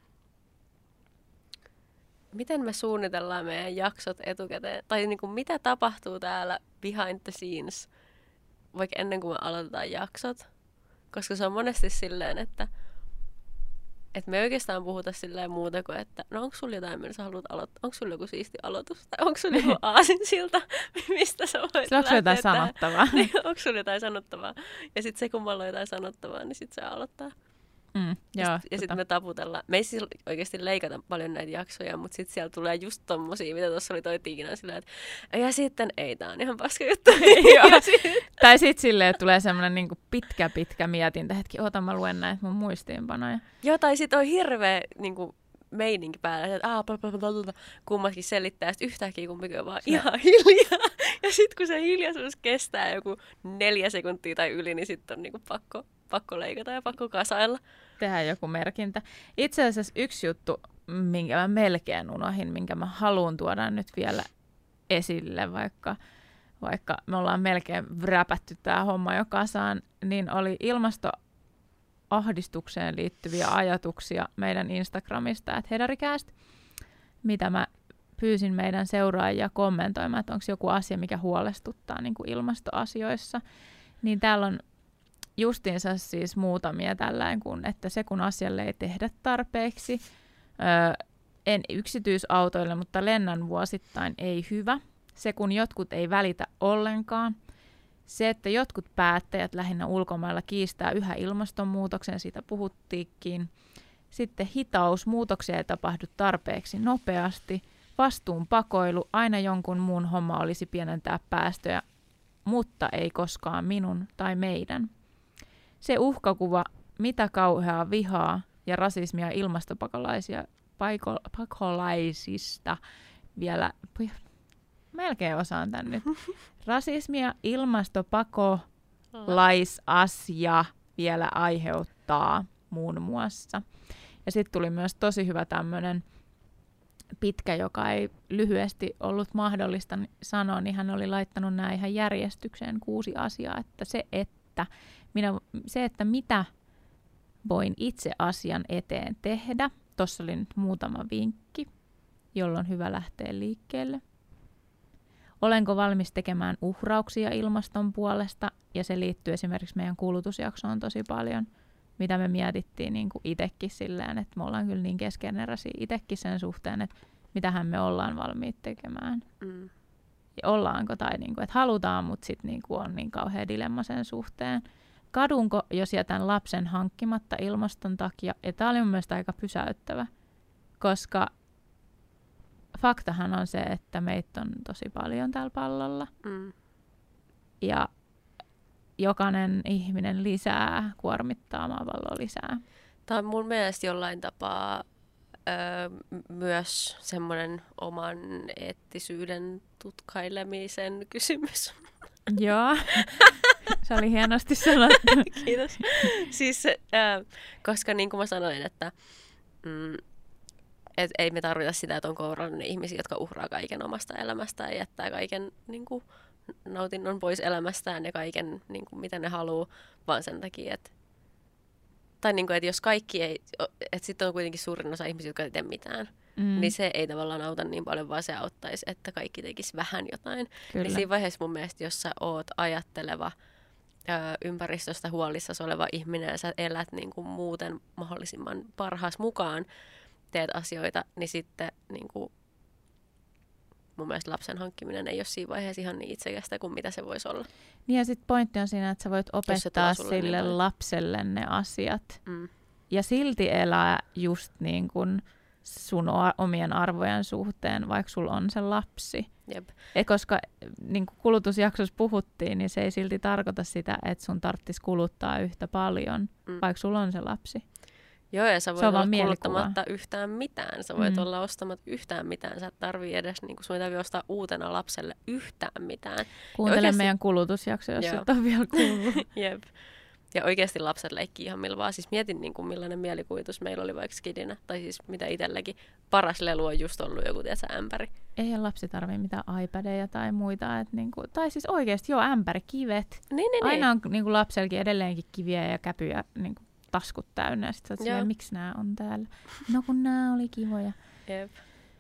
miten me suunnitellaan meidän jaksot etukäteen. Tai niin kuin mitä tapahtuu täällä behind the scenes, vaikka ennen kuin me aloitetaan jaksot. Koska se on monesti silleen, että että me ei oikeastaan puhuta silleen muuta kuin, että no onko sulla jotain, millä sä haluat aloittaa? Onko sulla joku siisti aloitus? Tai onko sulla joku aasinsilta, mistä sä voit lähteä? Onko sulla jotain sanottavaa? Niin, onko sulla jotain sanottavaa? Ja sitten se, kun mulla on jotain sanottavaa, niin sitten se aloittaa. Mm, ja joo, sitten sit me taputellaan. Me ei siis oikeasti leikata paljon näitä jaksoja, mutta sitten siellä tulee just tommosia, mitä tuossa oli toi Tiina silleen, että ja sitten ei, tää on ihan paska juttu. Tai sitten silleen, että tulee semmoinen niinku pitkä, pitkä mietintä. Hetki, oota mä luen näitä mun muistiinpanoja. Joo, tai sitten on hirveä niinku meininki päällä, että aah, kummatkin selittää, ja sitten yhtäkkiä kumpikin on vaan se ihan hiljaa. Ja sitten kun se hiljaisuus kestää joku neljä sekuntia tai yli, niin sitten on niinku pakko, pakko leikata ja pakko kasailla. Tehdään joku merkintä. Itse asiassa yksi juttu, minkä mä melkein unohin, minkä mä haluan tuoda nyt vielä esille, vaikka, vaikka me ollaan melkein räpätty tää homma jo kasaan, niin oli ilmastoahdistukseen liittyviä ajatuksia meidän Instagramista, että Hedaricast, mitä mä pyysin meidän seuraajia kommentoimaan, että onko joku asia, mikä huolestuttaa niin kuin ilmastoasioissa, niin täällä on justiinsa siis muutamia tällainen, kun, että se kun asialle ei tehdä tarpeeksi, öö, en yksityisautoille, mutta lennän vuosittain ei hyvä. Se kun jotkut ei välitä ollenkaan. Se, että jotkut päättäjät lähinnä ulkomailla kiistää yhä ilmastonmuutoksen, siitä puhuttiinkin. Sitten hitaus, muutoksia ei tapahdu tarpeeksi nopeasti. Vastuun pakoilu, aina jonkun muun homma olisi pienentää päästöjä, mutta ei koskaan minun tai meidän. Se uhkakuva, mitä kauheaa vihaa ja rasismia ilmastopakolaisia paiko- pakolaisista vielä... Melkein osaan tän nyt. Rasismia, ilmastopakolaisia vielä aiheuttaa muun muassa. Ja sitten tuli myös tosi hyvä tämmöinen pitkä, joka ei lyhyesti ollut mahdollista sanoa, niin hän oli laittanut nämä ihan järjestykseen kuusi asiaa, että se, että, minä, se, että mitä voin itse asian eteen tehdä. Tuossa oli nyt muutama vinkki, jolloin on hyvä lähteä liikkeelle. Olenko valmis tekemään uhrauksia ilmaston puolesta, ja se liittyy esimerkiksi meidän kulutusjaksoon tosi paljon, mitä me mietittiin niin kuin itsekin silleen, että me ollaan kyllä niin keskeneräisiä itsekin sen suhteen, että mitähän me ollaan valmiit tekemään. Mm. Ja ollaanko, tai niin kuin, että halutaan, mutta sitten niin kuin on niin kauhea dilemma sen suhteen. Kadunko, jos jätän lapsen hankkimatta ilmaston takia, ja tämä oli mun mielestä aika pysäyttävä, koska faktahan on se, että meitä on tosi paljon tällä pallolla. Mm. Ja jokainen ihminen lisää kuormittaa maapalloa lisää. Tämä on mun mielestä jollain tapaa öö, myös semmoinen oman eettisyyden tutkailemisen kysymys. Joo, se oli hienosti sanottu. Kiitos. Siis, öö, koska niin kuin mä sanoin, että mm, et ei me tarvita sitä, että on kourallinen ihmisiä, jotka uhraa kaiken omasta elämästään ja jättää kaiken niin kuin, nautinnon pois elämästään ja kaiken, niin kuin, mitä ne haluaa, vaan sen takia, että tai niin kuin, että jos kaikki ei, että sitten on kuitenkin suurin osa ihmisiä, jotka ei tee mitään, mm. niin se ei tavallaan auta niin paljon, vaan se auttaisi, että kaikki tekisi vähän jotain. Kyllä. Niin siinä vaiheessa mun mielestä, jos sä oot ajatteleva, ö, ympäristöstä huolissasi oleva ihminen ja sä elät niin kuin muuten mahdollisimman parhaas mukaan, teet asioita, niin sitten niin kuin, mun mielestä lapsen hankkiminen ei ole siinä vaiheessa ihan niin itsekästä kuin mitä se voisi olla. Niin ja sitten pointti on siinä, että sä voit opettaa sille niin lapselle ne asiat mm. ja silti elää just niin kuin sun omien arvojen suhteen, vaikka sulla on se lapsi. Jep. Et koska niin kuin kulutusjaksossa puhuttiin, niin se ei silti tarkoita sitä, että sun tarvitsisi kuluttaa yhtä paljon, mm. vaikka sulla on se lapsi. Joo, ja sä voit olla kuluttamatta yhtään mitään. Sä voit mm. olla ostamatta yhtään mitään. Sä et tarvii edes, niin sun ei tarvii ostaa uutena lapselle yhtään mitään. Kuuntele oikeasti meidän kulutusjakso, jos et ole vielä kuullut. Jep. Ja oikeasti lapset leikkii ihan millä vaan. Siis mietin, niin kuin, millainen mielikuvitus meillä oli vaikka skidinä. Tai siis mitä itselläkin. Paras lelu on just ollut joku, tiedätkö, ämpäri. Ei lapsi tarvii mitään iPadeja tai muita. Et niinku, tai siis oikeasti joo, ämpäri, kivet. Niin, niin, Aina on niin. niinku lapsellakin edelleenkin kiviä ja käpyjä niinku taskut täynnä. Ja sit sä oot silleen, miksi nää on täällä? No kun nää oli kivoja. Jep.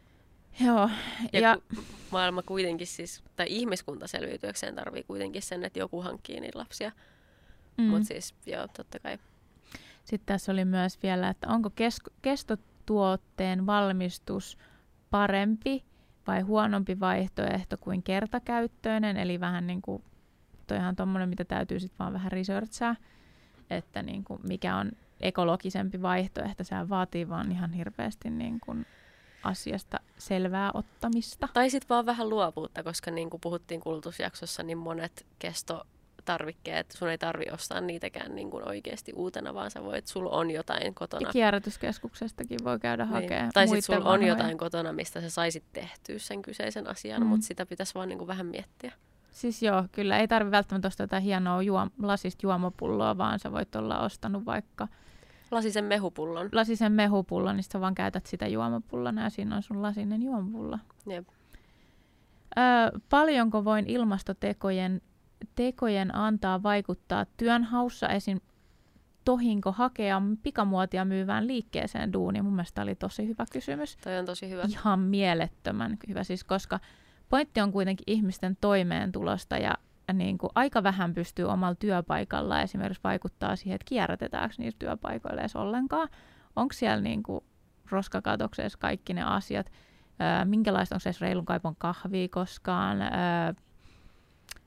Joo. Ja, ja maailma kuitenkin siis, tai ihmiskunta selviytyäkseen tarvii kuitenkin sen, että joku hankkii niitä lapsia. Mm. Mutta siis, joo, totta kai. Sitten tässä oli myös vielä, että onko kes- kestotuotteen valmistus parempi vai huonompi vaihtoehto kuin kertakäyttöinen. Eli vähän niin kuin, toihan tommonen, mitä täytyy sitten vaan vähän researchaa, että niin kuin mikä on ekologisempi vaihtoehto. Sehän vaatii vaan ihan hirveästi niin kuin asiasta selvää ottamista. Tai sitten vaan vähän luovuutta, koska niin kuin puhuttiin kulutusjaksossa, niin monet kestotarvikkeet, sun ei tarvi ostaa niitäkään niin kuin oikeasti uutena, vaan sä voit, sulla on jotain kotona. Ja kierrätyskeskuksestakin voi käydä niin hakemaan. Tai sitten sulla on jotain kotona, mistä sä saisit tehtyä sen kyseisen asian, mm. mutta sitä pitäisi vaan niin kuin vähän miettiä. Siis joo, kyllä ei tarvitse välttämättä ostaa jotain hienoa juom- lasista juomapulloa, vaan sä voit olla ostanut vaikka lasisen mehupullon. Lasisen mehupullon, niin sä vaan käytät sitä juomapullona ja siinä on sun lasinen juomapullo. Jep. Öö, paljonko voin ilmastotekojen tekojen antaa vaikuttaa työnhaussa? Esim. Tohinko hakea pikamuotia myyvään liikkeeseen duuniin? Mun mielestä oli tosi hyvä kysymys. Toi on tosi hyvä. Ihan mielettömän hyvä, siis koska pointti on kuitenkin ihmisten toimeentulosta ja niin kuin aika vähän pystyy omalla työpaikalla esimerkiksi vaikuttaa siihen, että kierrätetäänkö niissä työpaikoilla edes ollenkaan. Onko siellä niin kuin roskakatoksessa kaikki ne asiat? Öö, minkälaista, onko se edes reilun kaipon kahvia koskaan? Öö,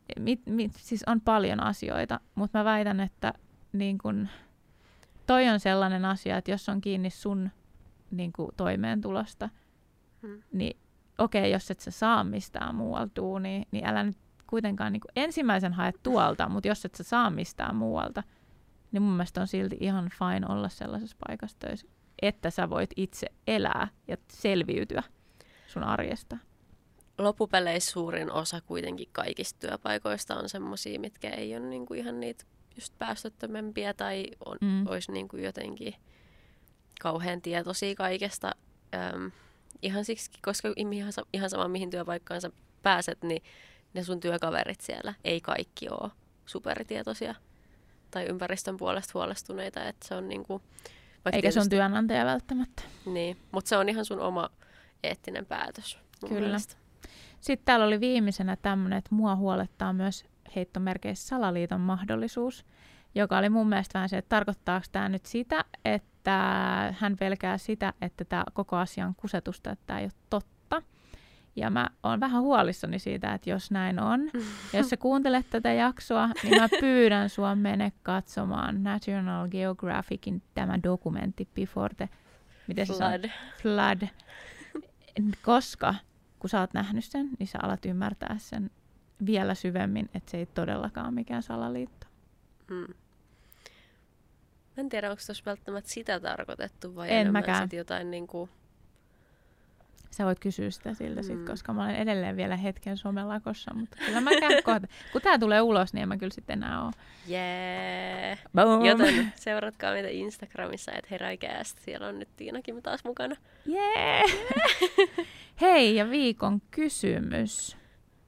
mit, mit, siis on paljon asioita, mutta mä väitän, että niin kun, toi on sellainen asia, että jos on kiinni sun niin kun, toimeentulosta, hmm. niin okei, okay, jos et sä saa mistään muualta duunia, niin älä nyt kuitenkaan niin kun, ensimmäisen hae tuolta, mutta jos et sä saa mistään muualta, niin mun mielestä on silti ihan fine olla sellaisessa paikassa töissä, että sä voit itse elää ja selviytyä sun arjesta. Loppupeleissä suurin osa kuitenkin kaikista työpaikoista on semmosia, mitkä ei ole niinku ihan niitä just päästöttömämpiä tai on, mm. olisi niinku jotenkin kauhean tietoisia kaikesta. Öm, ihan siksi, koska ihan, ihan sama mihin työpaikkaan sä pääset, niin ne sun työkaverit siellä ei kaikki ole supertietoisia tai ympäristön puolesta huolestuneita. Että se on niinku, eikä tietysti, sun työnantaja välttämättä. Niin, mutta se on ihan sun oma eettinen päätös. Kyllä. Mielestä. Sitten täällä oli viimeisenä tämmöinen, että mua huolettaa myös heittomerkeissä salaliiton mahdollisuus, joka oli mun mielestä vähän se, että tarkoittaako tämä nyt sitä, että hän pelkää sitä, että tämä koko asia on kusetusta, että tämä ei ole totta. Ja mä oon vähän huolissani siitä, että jos näin on, ja jos sä kuuntelet tätä jaksoa, niin mä pyydän sua mene katsomaan National Geographicin tämä dokumentti Before the miten se Flood. Flood. Koska kun sä oot nähnyt sen, niin sä alat ymmärtää sen vielä syvemmin, että se ei todellakaan mikään salaliitto. Hmm. Mä en tiedä, onko tuossa välttämättä sitä tarkoitettu vai en enemmän mäkään. sit jotain niinku... Sä voit kysyä sitä siltä hmm. sit, koska mä olen edelleen vielä hetken somelakossa, mutta kyllä mä käyn kohta. Kun tää tulee ulos, niin en mä kyllä sitten enää oo. Jee! Boom. Joten seuratkaa meitä Instagramissa, että heräikäästä. Siellä on nyt Tiinakin taas mukana. Jee! Yeah. Hei, ja viikon kysymys.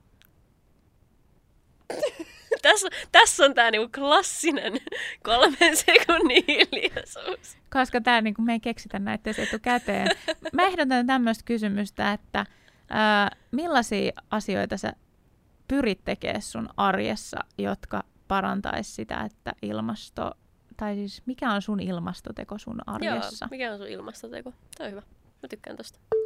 tässä, tässä on tää niinku klassinen kolmen sekunnin hiljaisuus. Koska tää niinku, me ei keksitä näitä etukäteen. Mä ehdotan tämmöistä kysymystä, että ää, millaisia asioita sä pyrit tekemään sun arjessa, jotka parantaisi sitä, että ilmasto, tai siis mikä on sun ilmastoteko sun arjessa? Joo, mikä on sun ilmastoteko? Tämä on hyvä. Mä tykkään tosta.